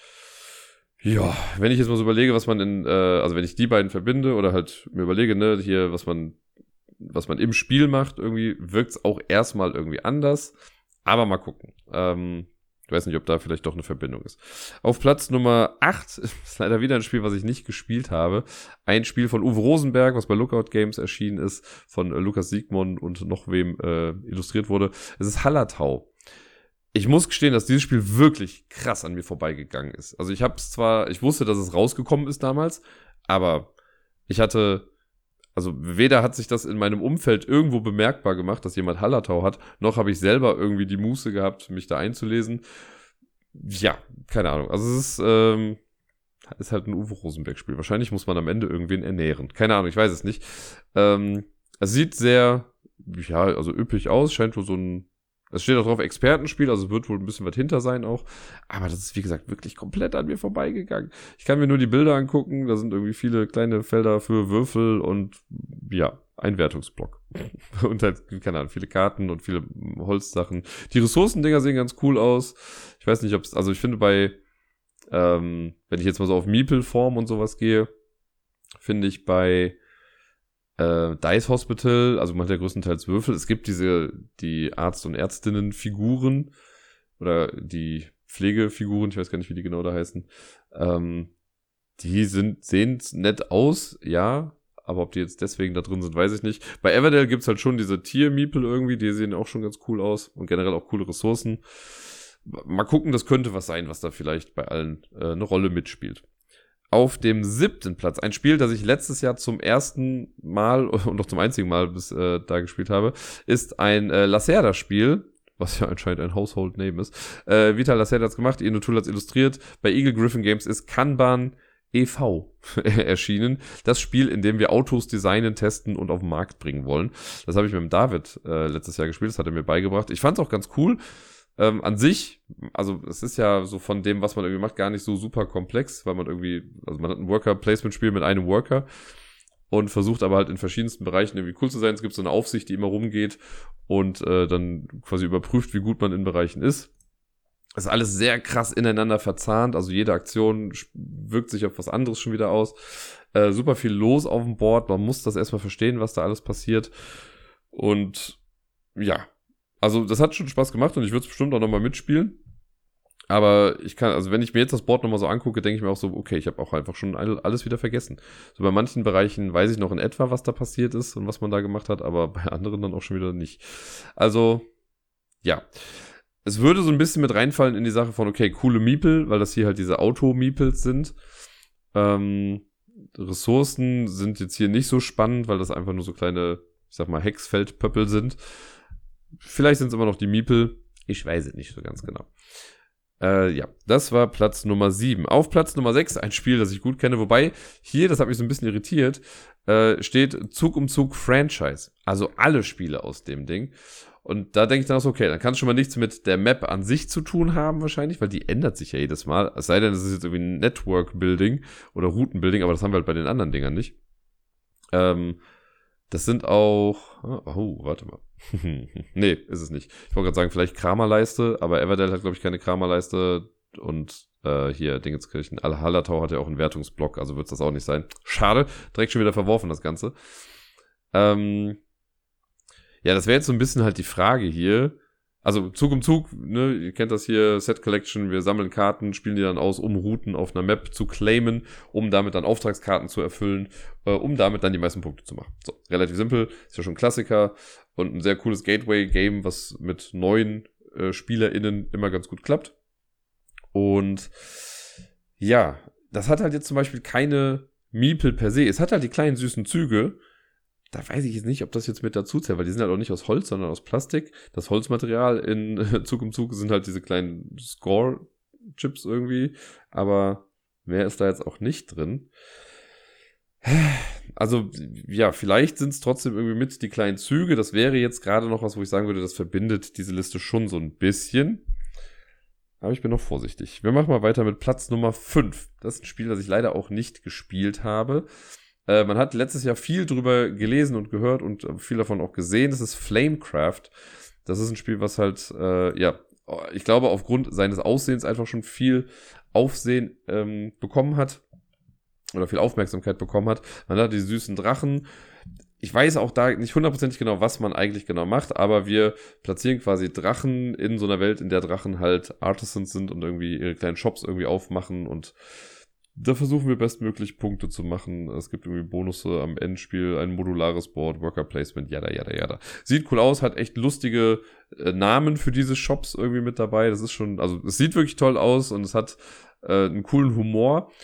ja, wenn ich jetzt mal so überlege, was man also wenn ich die beiden verbinde oder halt mir überlege, ne, hier, was man im Spiel macht, irgendwie wirkt es auch erstmal irgendwie anders. Aber mal gucken. Ich weiß nicht, ob da vielleicht doch eine Verbindung ist. Auf Platz Nummer 8 ist leider wieder ein Spiel, was ich nicht gespielt habe. Ein Spiel von Uwe Rosenberg, was bei Lookout Games erschienen ist, von Lukas Siegmund und noch wem illustriert wurde. Es ist Hallertau. Ich muss gestehen, dass dieses Spiel wirklich krass an mir vorbeigegangen ist. Also ich wusste, dass es rausgekommen ist damals, aber ich hatte also weder hat sich das in meinem Umfeld irgendwo bemerkbar gemacht, dass jemand Hallertau hat, noch habe ich selber irgendwie die Muße gehabt, mich da einzulesen. Ja, keine Ahnung. Also es ist halt ein Uwe Rosenberg-Spiel. Wahrscheinlich muss man am Ende irgendwen ernähren. Keine Ahnung, ich weiß es nicht. Es sieht sehr, ja, also üppig aus, scheint wohl so ein, es steht auch drauf Expertenspiel, also wird wohl ein bisschen was hinter sein auch. Aber das ist, wie gesagt, wirklich komplett an mir vorbeigegangen. Ich kann mir nur die Bilder angucken, da sind irgendwie viele kleine Felder für Würfel und ja, ein Wertungsblock. Und halt, keine Ahnung, viele Karten und viele Holzsachen. Die Ressourcendinger sehen ganz cool aus. Ich weiß nicht, ob es, also ich finde wenn ich jetzt mal so auf Meeple-Form und sowas gehe, finde ich bei Dice Hospital, also man hat ja größtenteils Würfel. Es gibt die Arzt- und Ärztinnen-Figuren oder die Pflegefiguren, ich weiß gar nicht, wie die genau da heißen. Die sehen nett aus, ja, aber ob die jetzt deswegen da drin sind, weiß ich nicht. Bei Everdell gibt's halt schon diese Tier-Meeple irgendwie, die sehen auch schon ganz cool aus und generell auch coole Ressourcen. Mal gucken, das könnte was sein, was da vielleicht bei allen eine Rolle mitspielt. Auf dem 7. Platz, ein Spiel, das ich letztes Jahr zum ersten Mal und auch zum einzigen Mal bis da gespielt habe, ist ein Lacerda-Spiel, was ja anscheinend ein Household Name ist. Vital Lacerda hat's gemacht, Inotool hat's illustriert. Bei Eagle Griffin Games ist Kanban e.V. erschienen. Das Spiel, in dem wir Autos designen, testen und auf den Markt bringen wollen. Das habe ich mit dem David letztes Jahr gespielt, das hat er mir beigebracht. Ich fand's auch ganz cool. An sich, also es ist ja so von dem, was man irgendwie macht, gar nicht so super komplex, weil man irgendwie, also man hat ein Worker-Placement-Spiel mit einem Worker und versucht aber halt in verschiedensten Bereichen irgendwie cool zu sein. Es gibt so eine Aufsicht, die immer rumgeht und dann quasi überprüft, wie gut man in Bereichen ist. Es ist alles sehr krass ineinander verzahnt, also jede Aktion wirkt sich auf was anderes schon wieder aus. Super viel los auf dem Board, man muss das erstmal verstehen, was da alles passiert. Und ja, also das hat schon Spaß gemacht und ich würde es bestimmt auch nochmal mitspielen. Aber also wenn ich mir jetzt das Board nochmal so angucke, denke ich mir auch so, okay, ich habe auch einfach schon alles wieder vergessen. So bei manchen Bereichen weiß ich noch in etwa, was da passiert ist und was man da gemacht hat, aber bei anderen dann auch schon wieder nicht. Also, ja. Es würde so ein bisschen mit reinfallen in die Sache von, okay, coole Meeple, weil das hier halt diese Auto-Meeples sind. Ressourcen sind jetzt hier nicht so spannend, weil das einfach nur so kleine, ich sag mal, Hexfeldpöppel sind. Vielleicht sind es immer noch die Meeple. Ich weiß es nicht so ganz genau. Ja, das war Platz Nummer 7. Auf Platz Nummer 6, ein Spiel, das ich gut kenne. Wobei, hier, das hat mich so ein bisschen irritiert, steht Zug um Zug Franchise. Also alle Spiele aus dem Ding. Und da denke ich dann auch so, okay, dann kann es schon mal nichts mit der Map an sich zu tun haben wahrscheinlich, weil die ändert sich ja jedes Mal. Es sei denn, es ist jetzt irgendwie ein Network-Building oder Routenbuilding, aber das haben wir halt bei den anderen Dingern nicht. Das sind auch, warte mal. Nee, ist es nicht. Ich wollte gerade sagen, vielleicht Kramerleiste, aber Everdell hat, glaube ich, keine Kramerleiste und hier Dingenskirchen. Hallertau hat ja auch einen Wertungsblock, also wird es das auch nicht sein. Schade, direkt schon wieder verworfen, das Ganze. Ja, das wäre jetzt so ein bisschen halt die Frage hier. Also Zug um Zug, ne, ihr kennt das hier, Set Collection, wir sammeln Karten, spielen die dann aus, um Routen auf einer Map zu claimen, um damit dann Auftragskarten zu erfüllen, um damit dann die meisten Punkte zu machen. So, relativ simpel, ist ja schon ein Klassiker und ein sehr cooles Gateway-Game, was mit neuen SpielerInnen immer ganz gut klappt. Und ja, das hat halt jetzt zum Beispiel keine Meeple per se. Es hat halt die kleinen süßen Züge. Da weiß ich jetzt nicht, ob das jetzt mit dazu zählt, weil die sind halt auch nicht aus Holz, sondern aus Plastik. Das Holzmaterial in Zug um Zug sind halt diese kleinen Score-Chips irgendwie. Aber mehr ist da jetzt auch nicht drin. Also, ja, vielleicht sind es trotzdem irgendwie mit die kleinen Züge. Das wäre jetzt gerade noch was, wo ich sagen würde, das verbindet diese Liste schon so ein bisschen. Aber ich bin noch vorsichtig. Wir machen mal weiter mit Platz Nummer 5. Das ist ein Spiel, das ich leider auch nicht gespielt habe. Man hat letztes Jahr viel drüber gelesen und gehört und viel davon auch gesehen. Das ist Flamecraft. Das ist ein Spiel, was halt, ich glaube, aufgrund seines Aussehens einfach schon viel Aufsehen bekommen hat. Oder viel Aufmerksamkeit bekommen hat. Man hat die süßen Drachen. Ich weiß auch da nicht hundertprozentig genau, was man eigentlich genau macht, aber wir platzieren quasi Drachen in so einer Welt, in der Drachen halt Artisans sind und irgendwie ihre kleinen Shops irgendwie aufmachen und da versuchen wir bestmöglich Punkte zu machen. Es gibt irgendwie Bonusse am Endspiel, ein modulares Board, Worker Placement, yada. Sieht cool aus, hat echt lustige Namen für diese Shops irgendwie mit dabei. Das ist schon, also es sieht wirklich toll aus und es hat einen coolen Humor.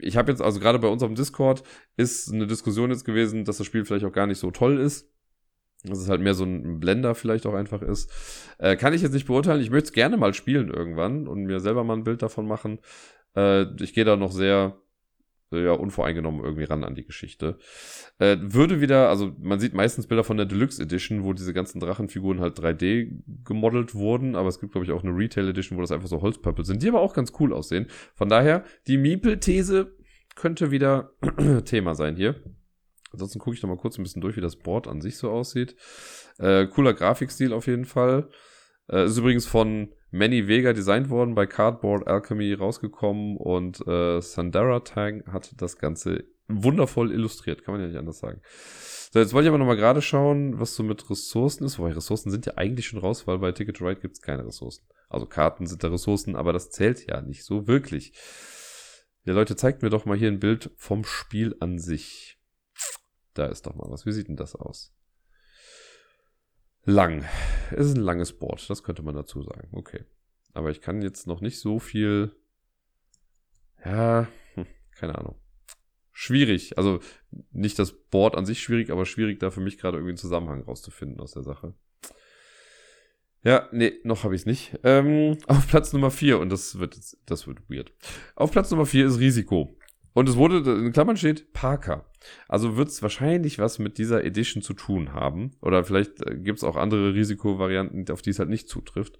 ich habe jetzt, also gerade bei uns auf dem Discord ist eine Diskussion jetzt gewesen, dass das Spiel vielleicht auch gar nicht so toll ist. Dass es halt mehr so ein Blender vielleicht auch einfach ist. Kann ich jetzt nicht beurteilen. Ich möchte es gerne mal spielen irgendwann und mir selber mal ein Bild davon machen. Ich gehe da noch sehr unvoreingenommen irgendwie ran an die Geschichte. Würde wieder, also man sieht meistens Bilder von der Deluxe Edition, wo diese ganzen Drachenfiguren halt 3D gemodelt wurden, aber es gibt, glaube ich, auch eine Retail Edition, wo das einfach so Holzpöppel sind, die aber auch ganz cool aussehen. Von daher, die Meeple-These könnte wieder Thema sein hier. Ansonsten gucke ich noch mal kurz ein bisschen durch, wie das Board an sich so aussieht. Cooler Grafikstil auf jeden Fall. Ist übrigens von Manny Vega designt worden, bei Cardboard Alchemy rausgekommen und Sandara Tang hat das Ganze wundervoll illustriert, kann man ja nicht anders sagen. So, jetzt wollte ich aber noch mal gerade schauen, was so mit Ressourcen ist, wobei Ressourcen sind ja eigentlich schon raus, weil bei Ticket to Ride gibt es keine Ressourcen. Also Karten sind da Ressourcen, aber das zählt ja nicht so wirklich. Ja, Leute, zeigt mir doch mal hier ein Bild vom Spiel an sich. Da ist doch mal was. Wie sieht denn das aus? Lang. Es ist ein langes Board, das könnte man dazu sagen. Okay. Aber ich kann jetzt noch nicht so viel... Ja, keine Ahnung. Schwierig. Also nicht das Board an sich schwierig, aber schwierig da für mich gerade irgendwie einen Zusammenhang rauszufinden aus der Sache. Ja, nee, noch habe ich es nicht. Auf Platz Nummer 4, und das wird weird. Auf Platz Nummer 4 ist Risiko. Und es wurde, in Klammern steht, Parker. Also wird es wahrscheinlich was mit dieser Edition zu tun haben. Oder vielleicht gibt es auch andere Risikovarianten, auf die es halt nicht zutrifft.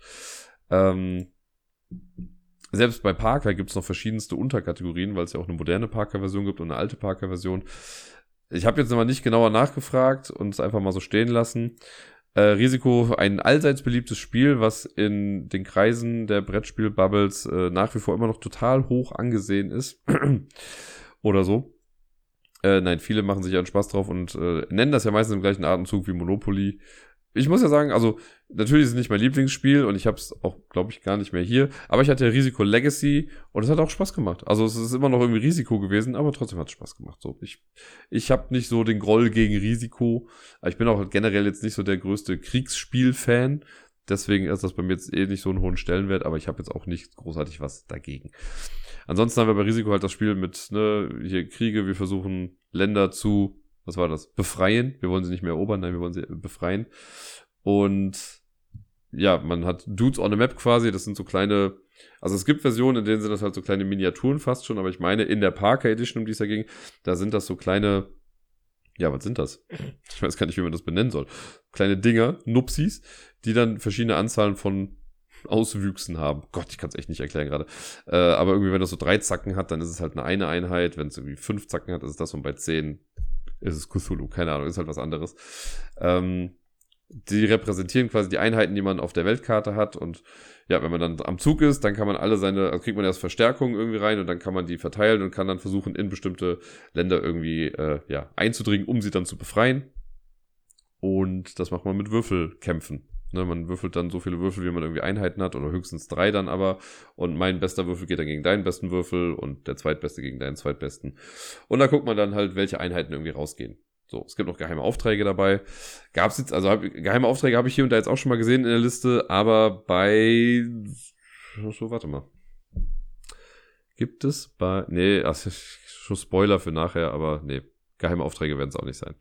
Selbst bei Parker gibt es noch verschiedenste Unterkategorien, weil es ja auch eine moderne Parker-Version gibt und eine alte Parker-Version. Ich habe jetzt aber nicht genauer nachgefragt und es einfach mal so stehen lassen. Risiko, ein allseits beliebtes Spiel, was in den Kreisen der Brettspiel-Bubbles nach wie vor immer noch total hoch angesehen ist. Oder so. Nein, viele machen sich ja einen Spaß drauf und nennen das ja meistens im gleichen Atemzug wie Monopoly. Ich muss ja sagen, also natürlich ist es nicht mein Lieblingsspiel und ich habe es auch, glaube ich, gar nicht mehr hier. Aber ich hatte ja Risiko Legacy und es hat auch Spaß gemacht. Also es ist immer noch irgendwie Risiko gewesen, aber trotzdem hat es Spaß gemacht. So, ich habe nicht so den Groll gegen Risiko. Ich bin auch generell jetzt nicht so der größte Kriegsspiel-Fan. Deswegen ist das bei mir jetzt nicht so einen hohen Stellenwert, aber ich habe jetzt auch nicht großartig was dagegen. Ansonsten haben wir bei Risiko halt das Spiel mit, hier Kriege, wir versuchen Länder zu, was war das? Befreien. Wir wollen sie nicht mehr erobern, nein, wir wollen sie befreien. Und ja, man hat Dudes on a Map quasi, das sind so kleine, also es gibt Versionen, in denen sind das halt so kleine Miniaturen fast schon, aber ich meine, in der Parker Edition, um die es da ging, da sind das so kleine, ja, was sind das? Ich weiß gar nicht, wie man das benennen soll. Kleine Dinger, Nupsis, die dann verschiedene Anzahlen von Auswüchsen haben. Gott, ich kann es echt nicht erklären gerade. Aber irgendwie, wenn das so 3 Zacken hat, dann ist es halt eine Einheit. Wenn es irgendwie 5 Zacken hat, ist es das, und bei 10 ist es Cthulhu. Keine Ahnung, ist halt was anderes. Die repräsentieren quasi die Einheiten, die man auf der Weltkarte hat. Und ja, wenn man dann am Zug ist, dann kann man also kriegt man erst Verstärkungen irgendwie rein und dann kann man die verteilen und kann dann versuchen, in bestimmte Länder irgendwie einzudringen, um sie dann zu befreien. Und das macht man mit Würfelkämpfen. Ne, man würfelt dann so viele Würfel, wie man irgendwie Einheiten hat, oder höchstens 3 dann aber. Und mein bester Würfel geht dann gegen deinen besten Würfel und der zweitbeste gegen deinen zweitbesten. Und da guckt man dann halt, welche Einheiten irgendwie rausgehen. So, es gibt noch geheime Aufträge dabei. Gab's jetzt, also geheime Aufträge habe ich hier und da jetzt auch schon mal gesehen in der Liste, aber warte mal. Gibt es schon Spoiler für nachher, aber nee, geheime Aufträge werden es auch nicht sein.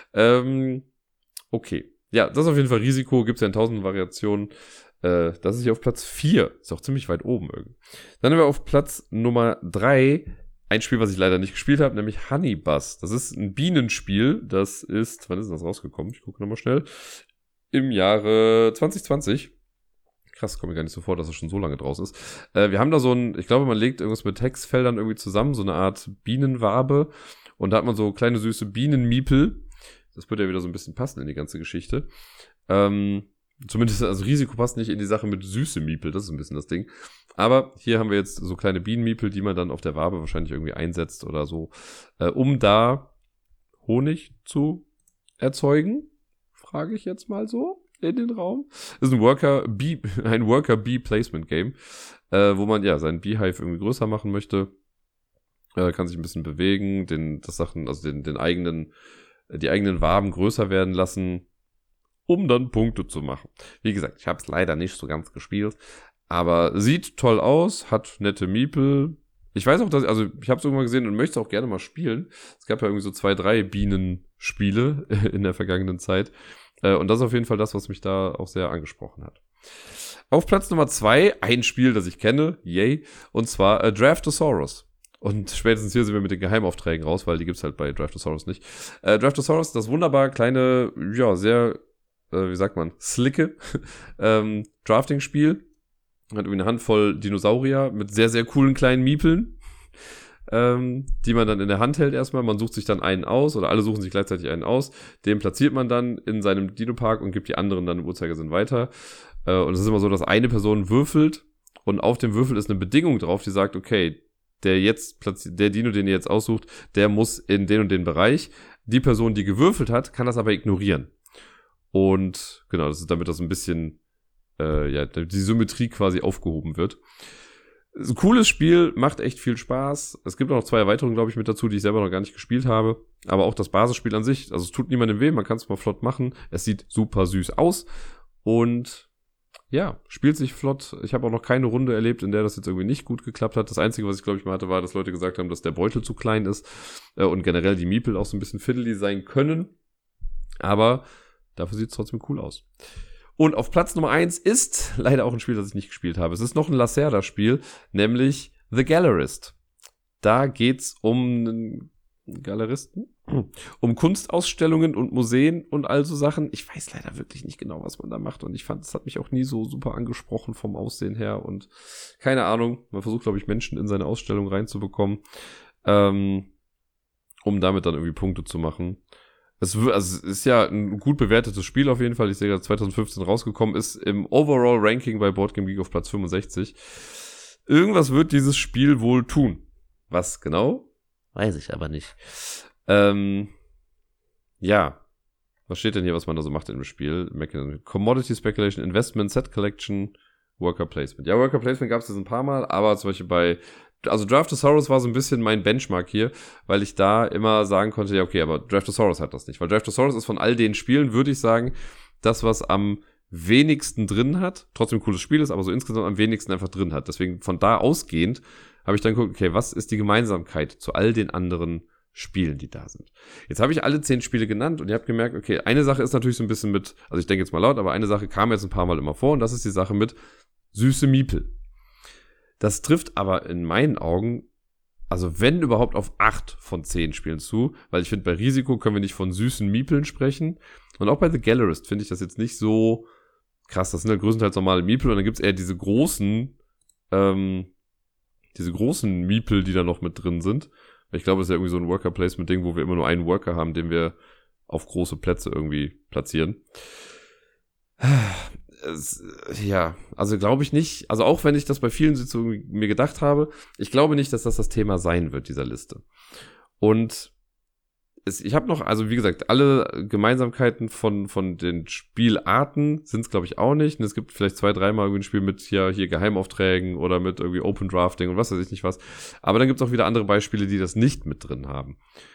Okay. Ja, das ist auf jeden Fall Risiko, gibt es ja in 1000 Variationen. Das ist hier auf Platz 4. Ist auch ziemlich weit oben irgendwie. Dann haben wir auf Platz Nummer 3 ein Spiel, was ich leider nicht gespielt habe, nämlich Honey Buzz. Das ist ein Bienenspiel. Das ist, wann ist das rausgekommen? Ich gucke nochmal schnell. Im Jahre 2020. Krass, kommt mir gar nicht so vor, dass es schon so lange draußen ist. Wir haben da ich glaube, man legt irgendwas mit Textfeldern irgendwie zusammen, so eine Art Bienenwabe. Und da hat man so kleine süße Bienenmiepel. Das würde ja wieder so ein bisschen passen in die ganze Geschichte. Zumindest, also Risiko passt nicht in die Sache mit süße Miepel, das ist ein bisschen das Ding. Aber hier haben wir jetzt so kleine Bienenmiepel, die man dann auf der Wabe wahrscheinlich irgendwie einsetzt oder so, um da Honig zu erzeugen, frage ich jetzt mal so in den Raum. Das ist ein Worker-Bee-Placement-Game, wo man ja seinen Beehive irgendwie größer machen möchte. Kann sich ein bisschen bewegen, die eigenen Waben größer werden lassen, um dann Punkte zu machen. Wie gesagt, ich habe es leider nicht so ganz gespielt, aber sieht toll aus, hat nette Miepel. Ich weiß auch, also ich habe es irgendwann gesehen und möchte es auch gerne mal spielen. Es gab ja irgendwie so 2, 3 Bienenspiele in der vergangenen Zeit. Und das ist auf jeden Fall das, was mich da auch sehr angesprochen hat. Auf Platz Nummer 2, ein Spiel, das ich kenne, yay, und zwar Draftosaurus. Und spätestens hier sind wir mit den Geheimaufträgen raus, weil die gibt's halt bei Draftosaurus nicht. Draftosaurus, das wunderbar kleine, ja, sehr, wie sagt man, slicke Drafting-Spiel. Hat irgendwie eine Handvoll Dinosaurier mit sehr, sehr coolen kleinen Miepeln, die man dann in der Hand hält erstmal. Man sucht sich dann einen aus oder alle suchen sich gleichzeitig einen aus. Den platziert man dann in seinem Dino-Park und gibt die anderen dann im Uhrzeigersinn weiter. Und es ist immer so, dass eine Person würfelt und auf dem Würfel ist eine Bedingung drauf, die sagt, okay, der Dino, den ihr jetzt aussucht, der muss in den und den Bereich. Die Person, die gewürfelt hat, kann das aber ignorieren. Und genau, das ist damit das ein bisschen, die Symmetrie quasi aufgehoben wird. Ist ein cooles Spiel, macht echt viel Spaß. Es gibt auch noch 2 Erweiterungen, glaube ich, mit dazu, die ich selber noch gar nicht gespielt habe. Aber auch das Basisspiel an sich, also es tut niemandem weh, man kann es mal flott machen. Es sieht super süß aus und ja, spielt sich flott. Ich habe auch noch keine Runde erlebt, in der das jetzt irgendwie nicht gut geklappt hat. Das Einzige, was ich, glaube ich, mal hatte, war, dass Leute gesagt haben, dass der Beutel zu klein ist und generell die Miepel auch so ein bisschen fiddly sein können. Aber dafür sieht es trotzdem cool aus. Und auf Platz Nummer 1 ist leider auch ein Spiel, das ich nicht gespielt habe. Es ist noch ein Lacerda-Spiel, nämlich The Gallerist. Da geht's um einen Galeristen, um Kunstausstellungen und Museen und all so Sachen. Ich weiß leider wirklich nicht genau, was man da macht und ich fand, es hat mich auch nie so super angesprochen vom Aussehen her und keine Ahnung. Man versucht, glaube ich, Menschen in seine Ausstellung reinzubekommen, um damit dann irgendwie Punkte zu machen. Es ist ja ein gut bewertetes Spiel auf jeden Fall. Ich sehe gerade 2015 rausgekommen, ist im Overall-Ranking bei Board Game Geek auf Platz 65. Irgendwas wird dieses Spiel wohl tun. Was genau? Weiß ich aber nicht. Ja. Was steht denn hier, was man da so macht in dem Spiel? Commodity Speculation, Investment, Set Collection, Worker Placement. Ja, Worker Placement gab es jetzt ein paar Mal, aber zum Beispiel also Draftosaurus war so ein bisschen mein Benchmark hier, weil ich da immer sagen konnte, ja okay, aber Draftosaurus hat das nicht. Weil Draftosaurus ist von all den Spielen, würde ich sagen, das, was am wenigsten drin hat, trotzdem ein cooles Spiel ist, aber so insgesamt am wenigsten einfach drin hat. Deswegen von da ausgehend habe ich dann geguckt, okay, was ist die Gemeinsamkeit zu all den anderen Spielen, die da sind. Jetzt habe ich alle 10 Spiele genannt und ihr habt gemerkt, okay, eine Sache ist natürlich so ein bisschen mit, also ich denke jetzt mal laut, aber eine Sache kam jetzt ein paar Mal immer vor und das ist die Sache mit süße Miepel. Das trifft aber in meinen Augen, also wenn überhaupt, auf 8 von 10 Spielen zu, weil ich finde, bei Risiko können wir nicht von süßen Miepeln sprechen und auch bei The Gallerist finde ich das jetzt nicht so krass. Das sind halt größtenteils normale Miepel und dann gibt's eher diese großen Miepel, die da noch mit drin sind. Ich glaube, es ist ja irgendwie so ein Worker-Placement-Ding, wo wir immer nur einen Worker haben, den wir auf große Plätze irgendwie platzieren. Ja, also glaube ich nicht, also auch wenn ich das bei vielen Sitzungen mir gedacht habe, ich glaube nicht, dass das Thema sein wird, dieser Liste. Und ich habe noch, also wie gesagt, alle Gemeinsamkeiten von den Spielarten sind es, glaube ich, auch nicht. Und es gibt vielleicht 2, 3 Mal irgendwie ein Spiel mit hier Geheimaufträgen oder mit irgendwie Open Drafting und was weiß ich nicht was. Aber dann gibt es auch wieder andere Beispiele, die das nicht mit drin haben.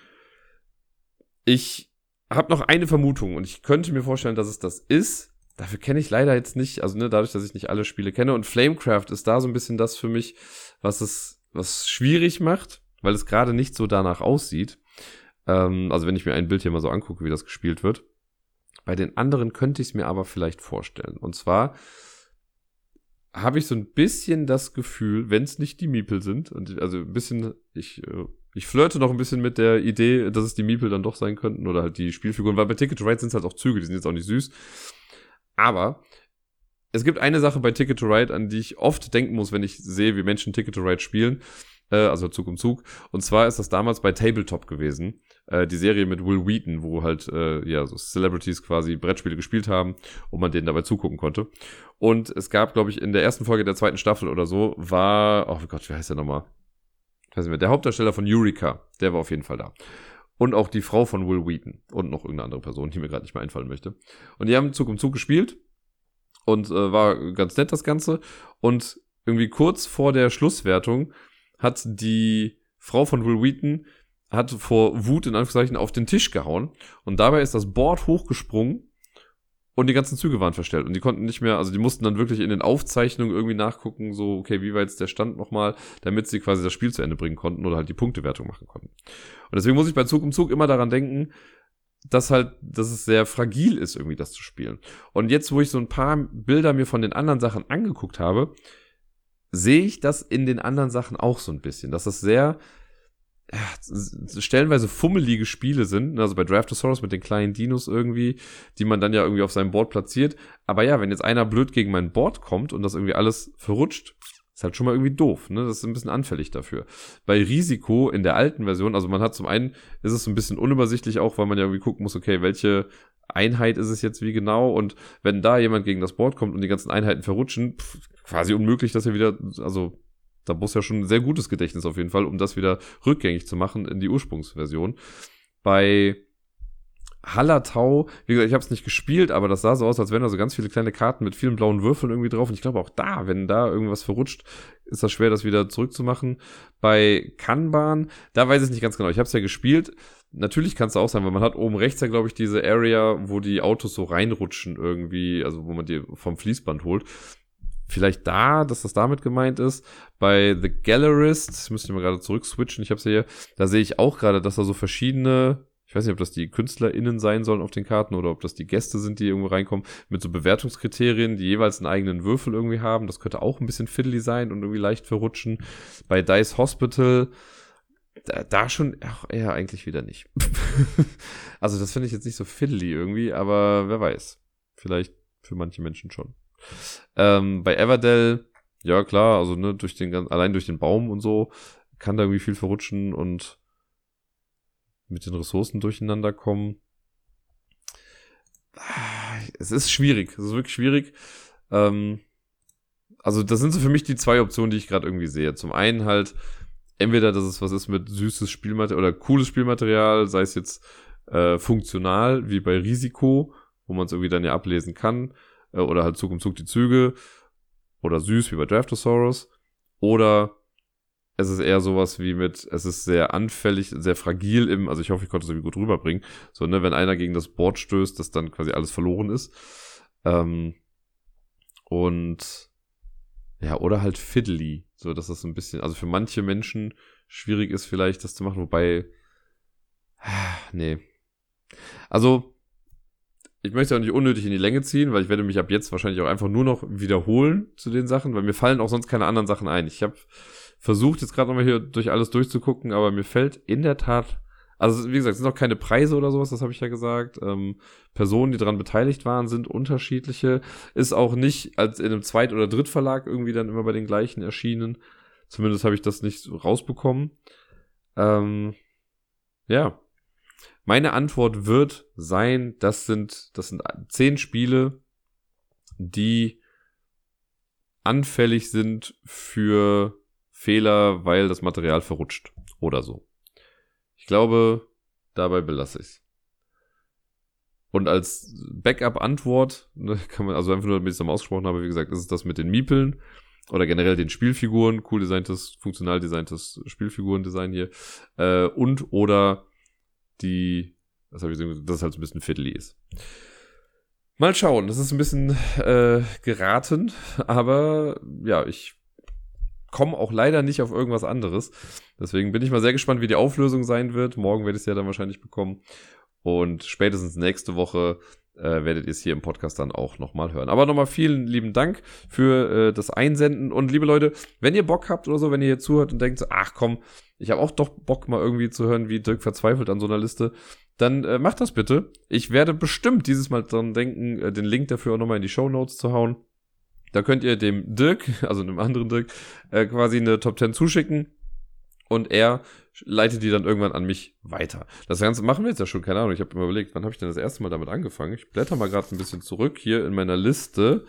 Ich habe noch eine Vermutung und ich könnte mir vorstellen, dass es das ist. Dafür kenne ich leider jetzt nicht, also dadurch, dass ich nicht alle Spiele kenne. Und Flamecraft ist da so ein bisschen das für mich, was schwierig macht, weil es gerade nicht so danach aussieht. Also wenn ich mir ein Bild hier mal so angucke, wie das gespielt wird. Bei den anderen könnte ich es mir aber vielleicht vorstellen. Und zwar habe ich so ein bisschen das Gefühl, wenn es nicht die Miepel sind, und also ein bisschen, ich flirte noch ein bisschen mit der Idee, dass es die Miepel dann doch sein könnten oder halt die Spielfiguren, weil bei Ticket to Ride sind es halt auch Züge, die sind jetzt auch nicht süß. Aber es gibt eine Sache bei Ticket to Ride, an die ich oft denken muss, wenn ich sehe, wie Menschen Ticket to Ride spielen, also Zug um Zug. Und zwar ist das damals bei Tabletop gewesen, die Serie mit Will Wheaton, wo halt so Celebrities quasi Brettspiele gespielt haben und man denen dabei zugucken konnte. Und es gab, glaube ich, in der ersten Folge der 2. Staffel oder so war, oh Gott, wie heißt der nochmal? Ich weiß nicht mehr, der Hauptdarsteller von Eureka, der war auf jeden Fall da. Und auch die Frau von Will Wheaton und noch irgendeine andere Person, die mir gerade nicht mehr einfallen möchte. Und die haben Zug um Zug gespielt und war ganz nett das Ganze. Und irgendwie kurz vor der Schlusswertung hat die Frau von Will Wheaton vor Wut in Anführungszeichen auf den Tisch gehauen und dabei ist das Board hochgesprungen Und die ganzen Züge waren verstellt und die konnten nicht mehr, also die mussten dann wirklich in den Aufzeichnungen irgendwie nachgucken, so, okay, wie war jetzt der Stand nochmal, damit sie quasi das Spiel zu Ende bringen konnten oder halt die Punktewertung machen konnten. Und deswegen muss ich bei Zug um Zug immer daran denken, dass es sehr fragil ist, irgendwie das zu spielen. Und jetzt, wo ich so ein paar Bilder mir von den anderen Sachen angeguckt habe, sehe ich das in den anderen Sachen auch so ein bisschen, dass das sehr stellenweise fummelige Spiele sind, also bei Draftosaurus mit den kleinen Dinos irgendwie, die man dann ja irgendwie auf seinem Board platziert. Aber ja, wenn jetzt einer blöd gegen mein Board kommt und das irgendwie alles verrutscht, ist halt schon mal irgendwie doof, ne? Das ist ein bisschen anfällig dafür. Bei Risiko in der alten Version, also man hat zum einen, ist es ein bisschen unübersichtlich auch, weil man ja irgendwie gucken muss, okay, welche Einheit ist es jetzt wie genau, und wenn da jemand gegen das Board kommt und die ganzen Einheiten verrutschen, quasi unmöglich, dass er wieder, also da muss ja schon ein sehr gutes Gedächtnis auf jeden Fall, um das wieder rückgängig zu machen in die Ursprungsversion. Bei Hallertau, wie gesagt, ich habe es nicht gespielt, aber das sah so aus, als wären da so ganz viele kleine Karten mit vielen blauen Würfeln irgendwie drauf. Und ich glaube auch da, wenn da irgendwas verrutscht, ist das schwer, das wieder zurückzumachen. Bei Kanban, da weiß ich es nicht ganz genau. Ich habe es ja gespielt. Natürlich kann es auch sein, weil man hat oben rechts ja, glaube ich, diese Area, wo die Autos so reinrutschen irgendwie, also wo man die vom Fließband holt. Vielleicht da, dass das damit gemeint ist. Bei The Gallerist, das müsste ich mal gerade zurückswitchen, ich habe es hier, da sehe ich auch gerade, dass da so verschiedene, ich weiß nicht, ob das die KünstlerInnen sein sollen auf den Karten oder ob das die Gäste sind, die irgendwo reinkommen, mit so Bewertungskriterien, die jeweils einen eigenen Würfel irgendwie haben. Das könnte auch ein bisschen fiddly sein und irgendwie leicht verrutschen. Bei Dice Hospital, da schon eher eigentlich wieder nicht. Also das finde ich jetzt nicht so fiddly irgendwie, aber wer weiß. Vielleicht für manche Menschen schon. Bei Everdell, ja klar, also ne, allein durch den Baum und so kann da irgendwie viel verrutschen und mit den Ressourcen durcheinander kommen. Es ist schwierig, es ist wirklich schwierig. Also das sind so für mich die zwei Optionen, die ich gerade irgendwie sehe. Zum einen halt entweder, dass es was ist mit süßes Spielmaterial oder cooles Spielmaterial, sei es jetzt funktional wie bei Risiko, wo man es irgendwie dann ja ablesen kann, oder halt Zug um Zug die Züge, oder süß wie bei Draftosaurus, oder es ist eher sowas wie es ist sehr anfällig, sehr fragil also ich hoffe, ich konnte es irgendwie gut rüberbringen, so, ne, wenn einer gegen das Board stößt, dass dann quasi alles verloren ist, und ja, oder halt fiddly, so, dass das ein bisschen, also für manche Menschen schwierig ist vielleicht, das zu machen, wobei, nee, also ich möchte auch nicht unnötig in die Länge ziehen, weil ich werde mich ab jetzt wahrscheinlich auch einfach nur noch wiederholen zu den Sachen, weil mir fallen auch sonst keine anderen Sachen ein. Ich habe versucht, jetzt gerade nochmal hier durch alles durchzugucken, aber mir fällt in der Tat, also wie gesagt, es sind auch keine Preise oder sowas, das habe ich ja gesagt. Personen, die daran beteiligt waren, sind unterschiedliche. Ist auch nicht als in einem Zweit- oder Drittverlag irgendwie dann immer bei den gleichen erschienen. Zumindest habe ich das nicht so rausbekommen. Ja. Meine Antwort wird sein, das sind 10 Spiele, die anfällig sind für Fehler, weil das Material verrutscht oder so. Ich glaube, dabei belasse ich es. Und als Backup-Antwort, ne, kann man, also einfach nur, damit ich es nochmal ausgesprochen habe, wie gesagt, ist es das mit den Miepeln oder generell den Spielfiguren, cool designtes, funktional designtes Spielfigurendesign hier, und oder das habe ich gesagt, dass es halt so ein bisschen fiddly ist. Mal schauen, das ist ein bisschen geraten, aber ja, ich komme auch leider nicht auf irgendwas anderes. Deswegen bin ich mal sehr gespannt, wie die Auflösung sein wird. Morgen werde ich es ja dann wahrscheinlich bekommen. Und spätestens nächste Woche werdet ihr es hier im Podcast dann auch nochmal hören. Aber nochmal vielen lieben Dank für das Einsenden. Und liebe Leute, wenn ihr Bock habt oder so, wenn ihr hier zuhört und denkt, ach komm, ich habe auch doch Bock mal irgendwie zu hören, wie Dirk verzweifelt an so einer Liste, dann macht das bitte. Ich werde bestimmt dieses Mal dran denken, den Link dafür auch nochmal in die Shownotes zu hauen. Da könnt ihr dem Dirk, also einem anderen Dirk, quasi eine Top 10 zuschicken. Und er leitet die dann irgendwann an mich weiter. Das Ganze machen wir jetzt ja schon, keine Ahnung. Ich habe mir überlegt, wann habe ich denn das erste Mal damit angefangen? Ich blätter mal gerade ein bisschen zurück hier in meiner Liste.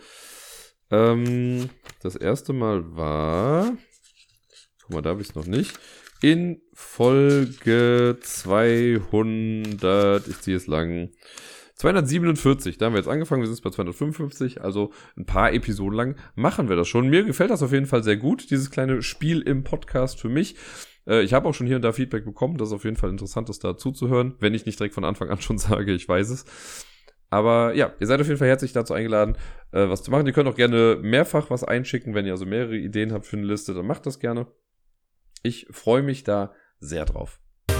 Das erste Mal war, guck mal, da habe ich es noch nicht, in Folge 200, ich ziehe es lang, 247, da haben wir jetzt angefangen, wir sind jetzt bei 255, also ein paar Episoden lang machen wir das schon. Mir gefällt das auf jeden Fall sehr gut, dieses kleine Spiel im Podcast für mich. Ich habe auch schon hier und da Feedback bekommen, das ist auf jeden Fall interessant, das da zuzuhören, wenn ich nicht direkt von Anfang an schon sage, ich weiß es. Aber ja, ihr seid auf jeden Fall herzlich dazu eingeladen, was zu machen. Ihr könnt auch gerne mehrfach was einschicken, wenn ihr also mehrere Ideen habt für eine Liste, dann macht das gerne. Ich freue mich da sehr drauf.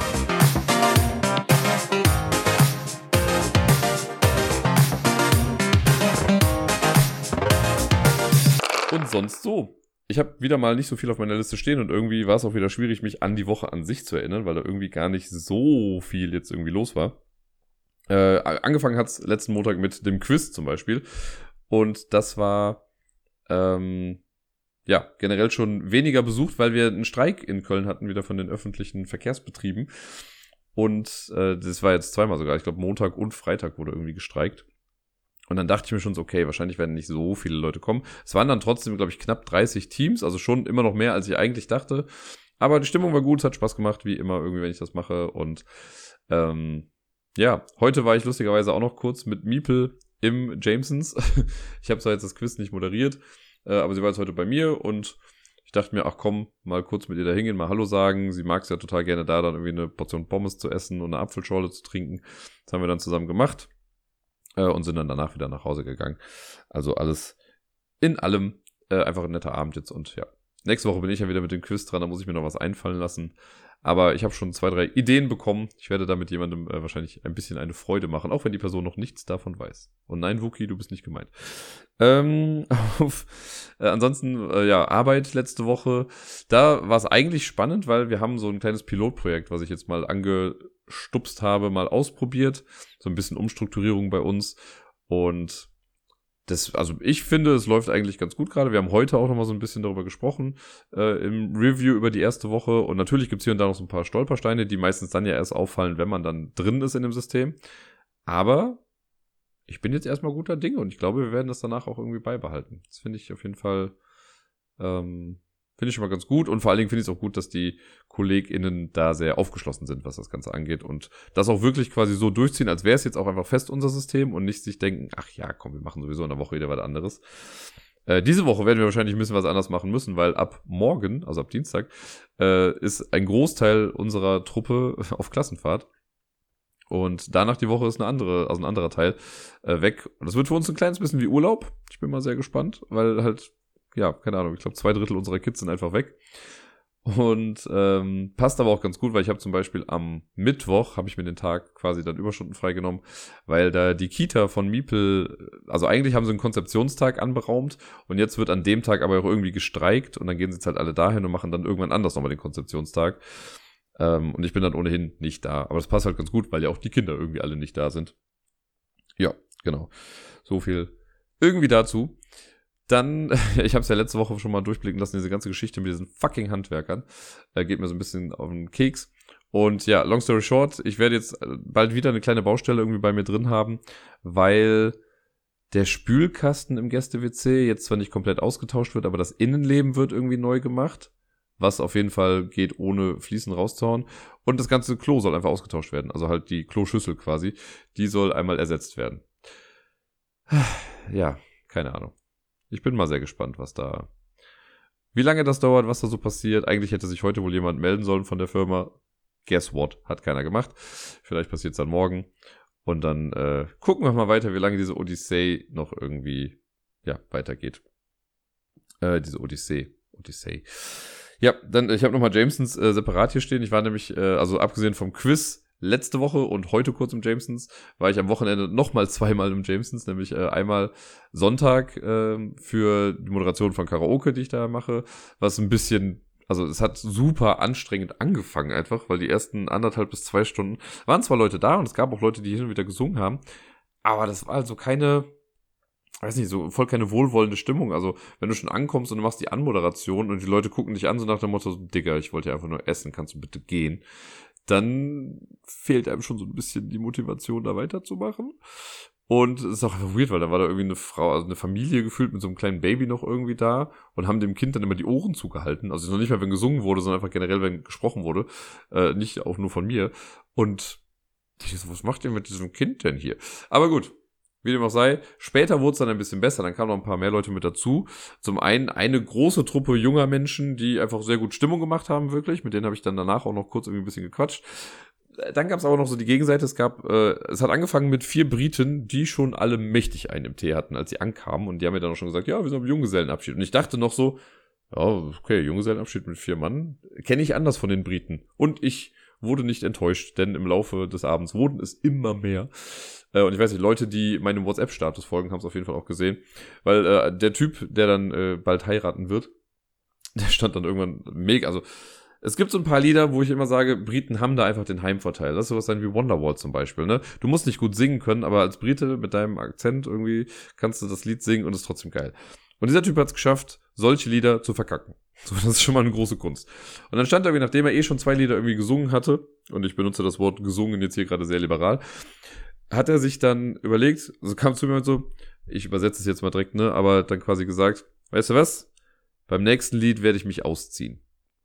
Und sonst so. Ich habe wieder mal nicht so viel auf meiner Liste stehen und irgendwie war es auch wieder schwierig, mich an die Woche an sich zu erinnern, weil da irgendwie gar nicht so viel jetzt irgendwie los war. Angefangen hat's letzten Montag mit dem Quiz zum Beispiel. Und das war generell schon weniger besucht, weil wir einen Streik in Köln hatten, wieder von den öffentlichen Verkehrsbetrieben. Und das war jetzt zweimal sogar. Ich glaube, Montag und Freitag wurde irgendwie gestreikt. Und dann dachte ich mir schon so, okay, wahrscheinlich werden nicht so viele Leute kommen. Es waren dann trotzdem, glaube ich, knapp 30 Teams, also schon immer noch mehr, als ich eigentlich dachte. Aber die Stimmung war gut, es hat Spaß gemacht, wie immer irgendwie, wenn ich das mache. Und heute war ich lustigerweise auch noch kurz mit Miepel im Jamesons. Ich habe zwar jetzt das Quiz nicht moderiert, aber sie war jetzt heute bei mir und ich dachte mir, ach komm, mal kurz mit ihr da hingehen, mal Hallo sagen. Sie mag es ja total gerne da, dann irgendwie eine Portion Pommes zu essen und eine Apfelschorle zu trinken. Das haben wir dann zusammen gemacht. Und sind dann danach wieder nach Hause gegangen. Also alles in allem einfach ein netter Abend jetzt. Und ja, nächste Woche bin ich ja wieder mit dem Quiz dran, da muss ich mir noch was einfallen lassen. Aber ich habe schon 2, 3 Ideen bekommen. Ich werde damit jemandem wahrscheinlich ein bisschen eine Freude machen, auch wenn die Person noch nichts davon weiß. Und nein, Wookie, du bist nicht gemeint. Ansonsten, Arbeit letzte Woche. Da war es eigentlich spannend, weil wir haben so ein kleines Pilotprojekt, was ich jetzt mal angestupst habe, mal ausprobiert. So ein bisschen Umstrukturierung bei uns. Und ich finde, es läuft eigentlich ganz gut gerade. Wir haben heute auch noch mal so ein bisschen darüber gesprochen, im Review über die erste Woche. Und natürlich gibt es hier und da noch so ein paar Stolpersteine, die meistens dann ja erst auffallen, wenn man dann drin ist in dem System. Aber ich bin jetzt erstmal guter Dinge und ich glaube, wir werden das danach auch irgendwie beibehalten. Das finde ich auf jeden Fall, finde ich schon mal ganz gut. Und vor allen Dingen finde ich es auch gut, dass die KollegInnen da sehr aufgeschlossen sind, was das Ganze angeht. Und das auch wirklich quasi so durchziehen, als wäre es jetzt auch einfach fest unser System und nicht sich denken, ach ja, komm, wir machen sowieso in der Woche wieder was anderes. Diese Woche werden wir wahrscheinlich ein bisschen was anders machen müssen, weil ab morgen, also ab Dienstag, ist ein Großteil unserer Truppe auf Klassenfahrt. Und danach die Woche ist ein anderer Teil weg. Und das wird für uns ein kleines bisschen wie Urlaub. Ich bin mal sehr gespannt, weil halt, ja, keine Ahnung, ich glaube 2/3 unserer Kids sind einfach weg. Und passt aber auch ganz gut, weil ich habe zum Beispiel am Mittwoch, habe ich mir den Tag quasi dann Überstunden freigenommen, weil da die Kita von Miepel, also eigentlich haben sie einen Konzeptionstag anberaumt und jetzt wird an dem Tag aber auch irgendwie gestreikt und dann gehen sie jetzt halt alle dahin und machen dann irgendwann anders nochmal den Konzeptionstag. Und ich bin dann ohnehin nicht da. Aber das passt halt ganz gut, weil ja auch die Kinder irgendwie alle nicht da sind. Ja, genau. So viel irgendwie dazu. Dann, ich habe es ja letzte Woche schon mal durchblicken lassen, diese ganze Geschichte mit diesen fucking Handwerkern. Geht mir so ein bisschen auf den Keks. Und ja, long story short, ich werde jetzt bald wieder eine kleine Baustelle irgendwie bei mir drin haben, weil der Spülkasten im Gäste-WC jetzt zwar nicht komplett ausgetauscht wird, aber das Innenleben wird irgendwie neu gemacht. Was auf jeden Fall geht, ohne Fliesen rauszuhauen. Und das ganze Klo soll einfach ausgetauscht werden. Also halt die Kloschüssel quasi. Die soll einmal ersetzt werden. Ja, keine Ahnung. Ich bin mal sehr gespannt, wie lange das dauert, was da so passiert. Eigentlich hätte sich heute wohl jemand melden sollen von der Firma. Guess what? Hat keiner gemacht. Vielleicht passiert es dann morgen. Und dann gucken wir mal weiter, wie lange diese Odyssee noch irgendwie weitergeht. Diese Odyssee. Ja, dann, ich habe nochmal Jamesons separat hier stehen. Ich war nämlich, also abgesehen vom Quiz letzte Woche und heute kurz im Jamesons, war ich am Wochenende nochmal 2-mal im Jamesons, nämlich einmal Sonntag für die Moderation von Karaoke, die ich da mache, was ein bisschen, also es hat super anstrengend angefangen einfach, weil die ersten 1,5 bis 2 Stunden waren zwar Leute da und es gab auch Leute, die hin und wieder gesungen haben, aber das war also so voll keine wohlwollende Stimmung. Also, wenn du schon ankommst und du machst die Anmoderation und die Leute gucken dich an, so nach dem Motto, Digga, ich wollte ja einfach nur essen, kannst du bitte gehen? Dann fehlt einem schon so ein bisschen die Motivation, da weiterzumachen. Und es ist auch einfach weird, weil da war da irgendwie eine Frau, also eine Familie gefühlt mit so einem kleinen Baby noch irgendwie da und haben dem Kind dann immer die Ohren zugehalten. Also noch nicht mal, wenn gesungen wurde, sondern einfach generell, wenn gesprochen wurde. Nicht auch nur von mir. Und ich dachte so, was macht ihr mit diesem Kind denn hier? Aber gut. Wie dem auch sei, später wurde es dann ein bisschen besser, dann kamen noch ein paar mehr Leute mit dazu. Zum einen eine große Truppe junger Menschen, die einfach sehr gut Stimmung gemacht haben, wirklich. Mit denen habe ich dann danach auch noch kurz irgendwie ein bisschen gequatscht. dann gab es aber noch so die Gegenseite. Es hat angefangen mit 4 Briten, die schon alle mächtig einen im Tee hatten, als sie ankamen. Und die haben mir dann auch schon gesagt, ja, wir sind am Junggesellenabschied. Und ich dachte noch so, ja, okay, Junggesellenabschied mit 4 Mann, kenne ich anders von den Briten. Und ich wurde nicht enttäuscht, denn im Laufe des Abends wurden es immer mehr. Und ich weiß nicht, Leute, die meinem WhatsApp-Status folgen, haben es auf jeden Fall auch gesehen. Weil der Typ, der dann bald heiraten wird, der stand dann irgendwann mega, also es gibt so ein paar Lieder, wo ich immer sage, Briten haben da einfach den Heimvorteil. Lass sowas sein wie Wonderwall zum Beispiel, ne? Du musst nicht gut singen können, aber als Brite mit deinem Akzent irgendwie kannst du das Lied singen und ist trotzdem geil. Und dieser Typ hat es geschafft, solche Lieder zu verkacken. So, das ist schon mal eine große Kunst. Und dann stand er, nachdem er schon 2 Lieder irgendwie gesungen hatte, und ich benutze das Wort gesungen jetzt hier gerade sehr liberal, hat er sich dann überlegt, also kam zu mir und so, ich übersetze es jetzt mal direkt, ne, aber dann quasi gesagt, weißt du was? Beim nächsten Lied werde ich mich ausziehen.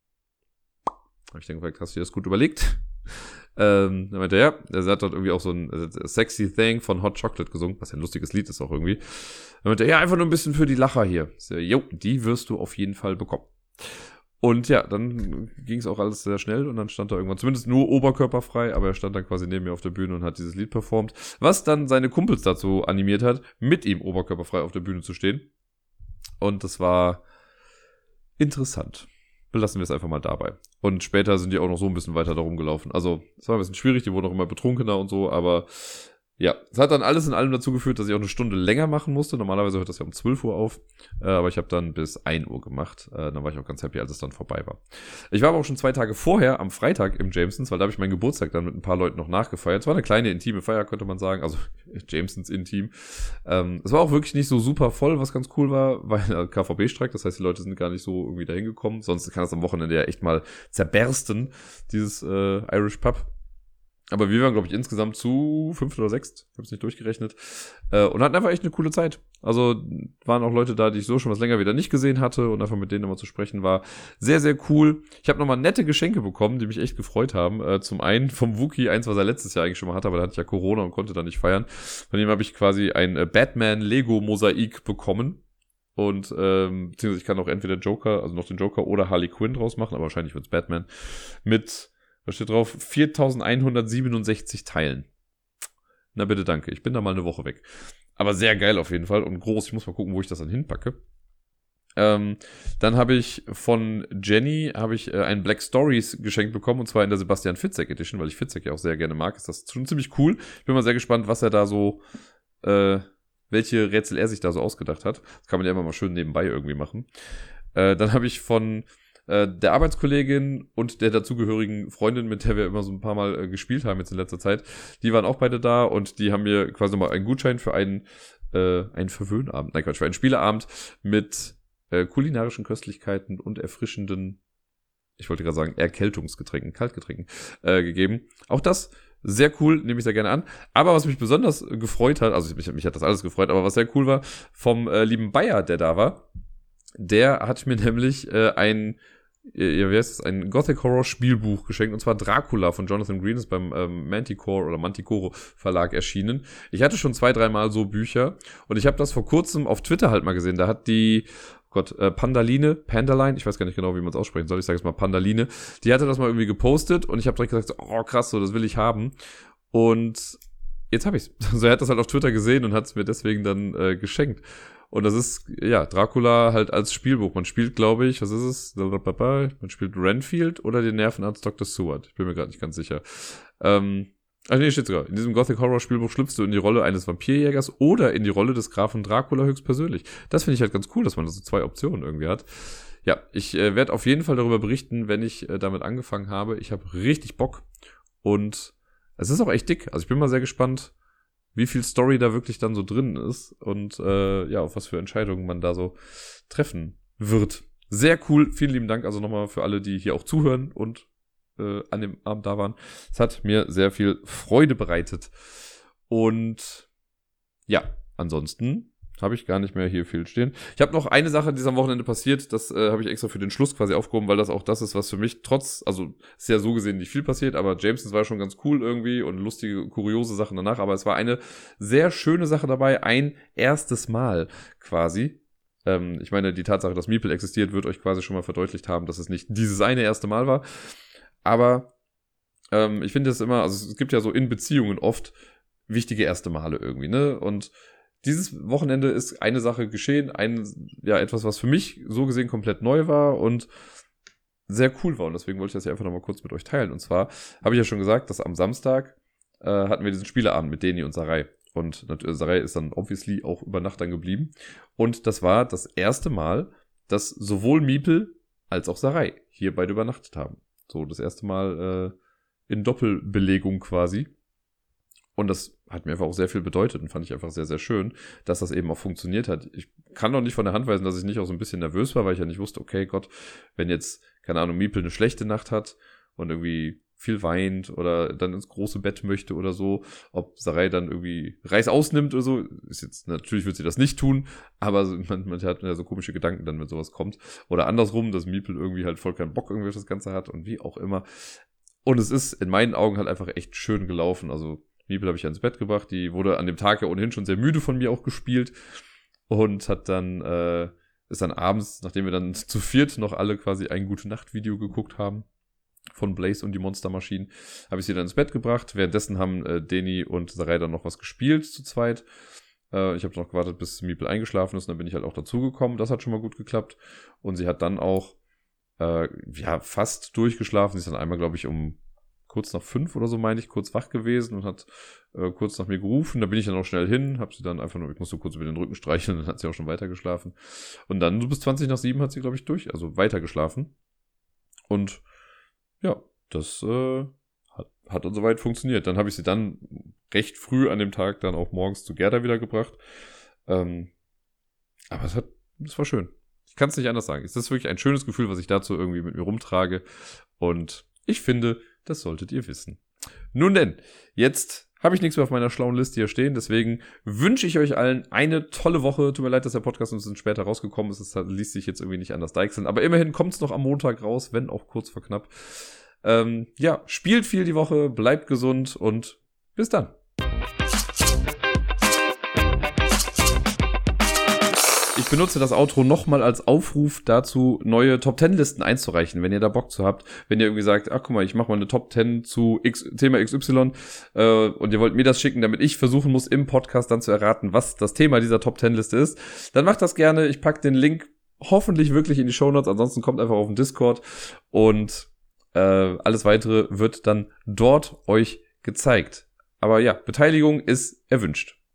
Habe ich dann gefragt, hast du dir das gut überlegt? Dann meinte er, ja, er hat dort irgendwie auch so ein Sexy Thing von Hot Chocolate gesungen, was ja ein lustiges Lied ist auch irgendwie. Dann meinte er, ja, einfach nur ein bisschen für die Lacher hier. Ich so, jo, die wirst du auf jeden Fall bekommen. Und ja, dann ging es auch alles sehr schnell und dann stand er irgendwann, zumindest nur oberkörperfrei, aber er stand dann quasi neben mir auf der Bühne und hat dieses Lied performt, was dann seine Kumpels dazu animiert hat, mit ihm oberkörperfrei auf der Bühne zu stehen. Und das war interessant. Belassen wir es einfach mal dabei. Und später sind die auch noch so ein bisschen weiter darum gelaufen. Also, es war ein bisschen schwierig, die wurden auch immer betrunkener und so, aber ja, es hat dann alles in allem dazu geführt, dass ich auch eine Stunde länger machen musste. Normalerweise hört das ja um 12 Uhr auf, aber ich habe dann bis 1 Uhr gemacht. Dann war ich auch ganz happy, als es dann vorbei war. Ich war aber auch schon 2 Tage vorher, am Freitag im Jamesons, weil da habe ich meinen Geburtstag dann mit ein paar Leuten noch nachgefeiert. Es war eine kleine, intime Feier, könnte man sagen, also Jamesons intim. Es war auch wirklich nicht so super voll, was ganz cool war, weil KVB-Streik, das heißt, die Leute sind gar nicht so irgendwie dahin gekommen. Sonst kann das am Wochenende ja echt mal zerbersten, dieses Irish Pub. Aber wir waren, glaube ich, insgesamt zu 5 oder 6, ich habe es nicht durchgerechnet, und hatten einfach echt eine coole Zeit. Also waren auch Leute da, die ich so schon was länger wieder nicht gesehen hatte und einfach mit denen nochmal zu sprechen war sehr, sehr cool. Ich habe nochmal nette Geschenke bekommen, die mich echt gefreut haben. Zum einen vom Wookie, eins, was er letztes Jahr eigentlich schon mal hatte, aber da hatte ich ja Corona und konnte da nicht feiern. Von dem habe ich quasi ein Batman-Lego-Mosaik bekommen. Und beziehungsweise ich kann auch entweder Joker, also noch den Joker oder Harley Quinn draus machen, aber wahrscheinlich wird's Batman. Mit, was steht drauf? 4167 Teilen. Na bitte, danke. Ich bin da mal eine Woche weg. Aber sehr geil auf jeden Fall und groß. Ich muss mal gucken, wo ich das dann hinpacke. Dann habe ich von Jenny ein Black Stories geschenkt bekommen, und zwar in der Sebastian Fitzek Edition, weil ich Fitzek ja auch sehr gerne mag. Ist das schon ziemlich cool. Ich bin mal sehr gespannt, was er da so, welche Rätsel er sich da so ausgedacht hat. Das kann man ja immer mal schön nebenbei irgendwie machen. Dann habe ich von der Arbeitskollegin und der dazugehörigen Freundin, mit der wir immer so ein paar Mal gespielt haben jetzt in letzter Zeit, die waren auch beide da und die haben mir quasi nochmal einen Gutschein für einen Verwöhnabend, nein Quatsch, für einen Spieleabend mit kulinarischen Köstlichkeiten und erfrischenden, ich wollte gerade sagen, Erkältungsgetränken, Kaltgetränken gegeben. Auch das sehr cool, nehme ich sehr gerne an. Aber was mich besonders gefreut hat, also mich hat das alles gefreut, aber was sehr cool war, vom lieben Bayer, der da war, der hat mir nämlich ein Gothic Horror Spielbuch geschenkt, und zwar Dracula von Jonathan Green, ist beim Manticore Verlag erschienen. Ich hatte schon 2-3 Mal so Bücher und ich habe das vor kurzem auf Twitter halt mal gesehen. Da hat die Pandaline, ich weiß gar nicht genau, wie man es aussprechen soll, ich sage jetzt mal Pandaline, die hatte das mal irgendwie gepostet und ich habe direkt gesagt, oh krass, so das will ich haben. Und jetzt habe ich's. Also er hat das halt auf Twitter gesehen und hat es mir deswegen dann geschenkt. Und das ist, ja, Dracula halt als Spielbuch. Man spielt, glaube ich, was ist es? Man spielt Renfield oder den Nervenarzt Dr. Seward. Ich bin mir gerade nicht ganz sicher. Nee, steht sogar. In diesem Gothic Horror Spielbuch schlüpfst du in die Rolle eines Vampirjägers oder in die Rolle des Grafen Dracula höchstpersönlich. Das finde ich halt ganz cool, dass man so 2 Optionen irgendwie hat. Ja, ich werde auf jeden Fall darüber berichten, wenn ich damit angefangen habe. Ich habe richtig Bock und es ist auch echt dick. Also ich bin mal sehr gespannt, wie viel Story da wirklich dann so drin ist und ja, auf was für Entscheidungen man da so treffen wird. Sehr cool. Vielen lieben Dank also nochmal für alle, die hier auch zuhören und an dem Abend da waren. Es hat mir sehr viel Freude bereitet. Und ja, ansonsten habe ich gar nicht mehr hier viel stehen. Ich habe noch eine Sache, die ist am Wochenende passiert. Das habe ich extra für den Schluss quasi aufgehoben, weil das auch das ist, was für mich also ist ja so gesehen nicht viel passiert, aber Jamesons war schon ganz cool irgendwie und lustige, kuriose Sachen danach. Aber es war eine sehr schöne Sache dabei. Ein erstes Mal quasi. Ich meine, die Tatsache, dass Meeple existiert, wird euch quasi schon mal verdeutlicht haben, dass es nicht dieses eine erste Mal war. Aber Ich finde das immer, also es gibt ja so in Beziehungen oft wichtige erste Male irgendwie, ne? Und dieses Wochenende ist eine Sache geschehen, etwas, was für mich so gesehen komplett neu war und sehr cool war. Und deswegen wollte ich das ja einfach nochmal kurz mit euch teilen. Und zwar habe ich ja schon gesagt, dass am Samstag hatten wir diesen Spieleabend mit Deni und Sarai. Und Sarai ist dann obviously auch über Nacht dann geblieben. Und das war das erste Mal, dass sowohl Miepel als auch Sarai hier beide übernachtet haben. So, das erste Mal in Doppelbelegung quasi. Und das hat mir einfach auch sehr viel bedeutet und fand ich einfach sehr, sehr schön, dass das eben auch funktioniert hat. Ich kann doch nicht von der Hand weisen, dass ich nicht auch so ein bisschen nervös war, weil ich ja nicht wusste, okay, Gott, wenn jetzt, keine Ahnung, Miepel eine schlechte Nacht hat und irgendwie viel weint oder dann ins große Bett möchte oder so, ob Sarai dann irgendwie Reis ausnimmt oder so, ist jetzt, natürlich wird sie das nicht tun, aber man hat ja so komische Gedanken dann, wenn sowas kommt. Oder andersrum, dass Miepel irgendwie halt voll keinen Bock irgendwie auf das Ganze hat und wie auch immer. Und es ist in meinen Augen halt einfach echt schön gelaufen, also Miepel habe ich ja ins Bett gebracht. Die wurde an dem Tag ja ohnehin schon sehr müde von mir auch gespielt. Und ist dann abends, nachdem wir dann zu viert noch alle quasi ein Gute-Nacht-Video geguckt haben von Blaze und die Monstermaschinen, habe ich sie dann ins Bett gebracht. Währenddessen haben Deni und Sarai dann noch was gespielt zu zweit. Ich habe noch gewartet, bis Miepel eingeschlafen ist und dann bin ich halt auch dazugekommen. Das hat schon mal gut geklappt. Und sie hat dann auch fast durchgeschlafen. Sie ist dann einmal, glaube ich, um kurz nach 5 oder so, meine ich, kurz wach gewesen und hat kurz nach mir gerufen. Da bin ich dann auch schnell hin, habe sie dann einfach nur, ich musste kurz über den Rücken streicheln, dann hat sie auch schon weitergeschlafen. Und dann so bis 20 nach 7 hat sie, glaube ich, also weitergeschlafen. Und ja, das hat dann soweit funktioniert. Dann habe ich sie dann recht früh an dem Tag dann auch morgens zu Gerda wieder gebracht. Aber es war schön. Ich kann es nicht anders sagen. Es ist wirklich ein schönes Gefühl, was ich dazu irgendwie mit mir rumtrage. Und ich finde, das solltet ihr wissen. Nun denn, jetzt habe ich nichts mehr auf meiner schlauen Liste hier stehen, deswegen wünsche ich euch allen eine tolle Woche. Tut mir leid, dass der Podcast uns später rausgekommen ist. Es ließ sich jetzt irgendwie nicht anders deichseln. Aber immerhin kommt es noch am Montag raus, wenn auch kurz vor knapp. Spielt viel die Woche, bleibt gesund und bis dann. Ich benutze das Outro nochmal als Aufruf dazu, neue Top-10-Listen einzureichen, wenn ihr da Bock zu habt. Wenn ihr irgendwie sagt, ach guck mal, ich mache mal eine Top 10 zu Thema XY und ihr wollt mir das schicken, damit ich versuchen muss, im Podcast dann zu erraten, was das Thema dieser Top-10-Liste ist, dann macht das gerne. Ich packe den Link hoffentlich wirklich in die Shownotes, ansonsten kommt einfach auf den Discord und alles weitere wird dann dort euch gezeigt. Aber ja, Beteiligung ist erwünscht.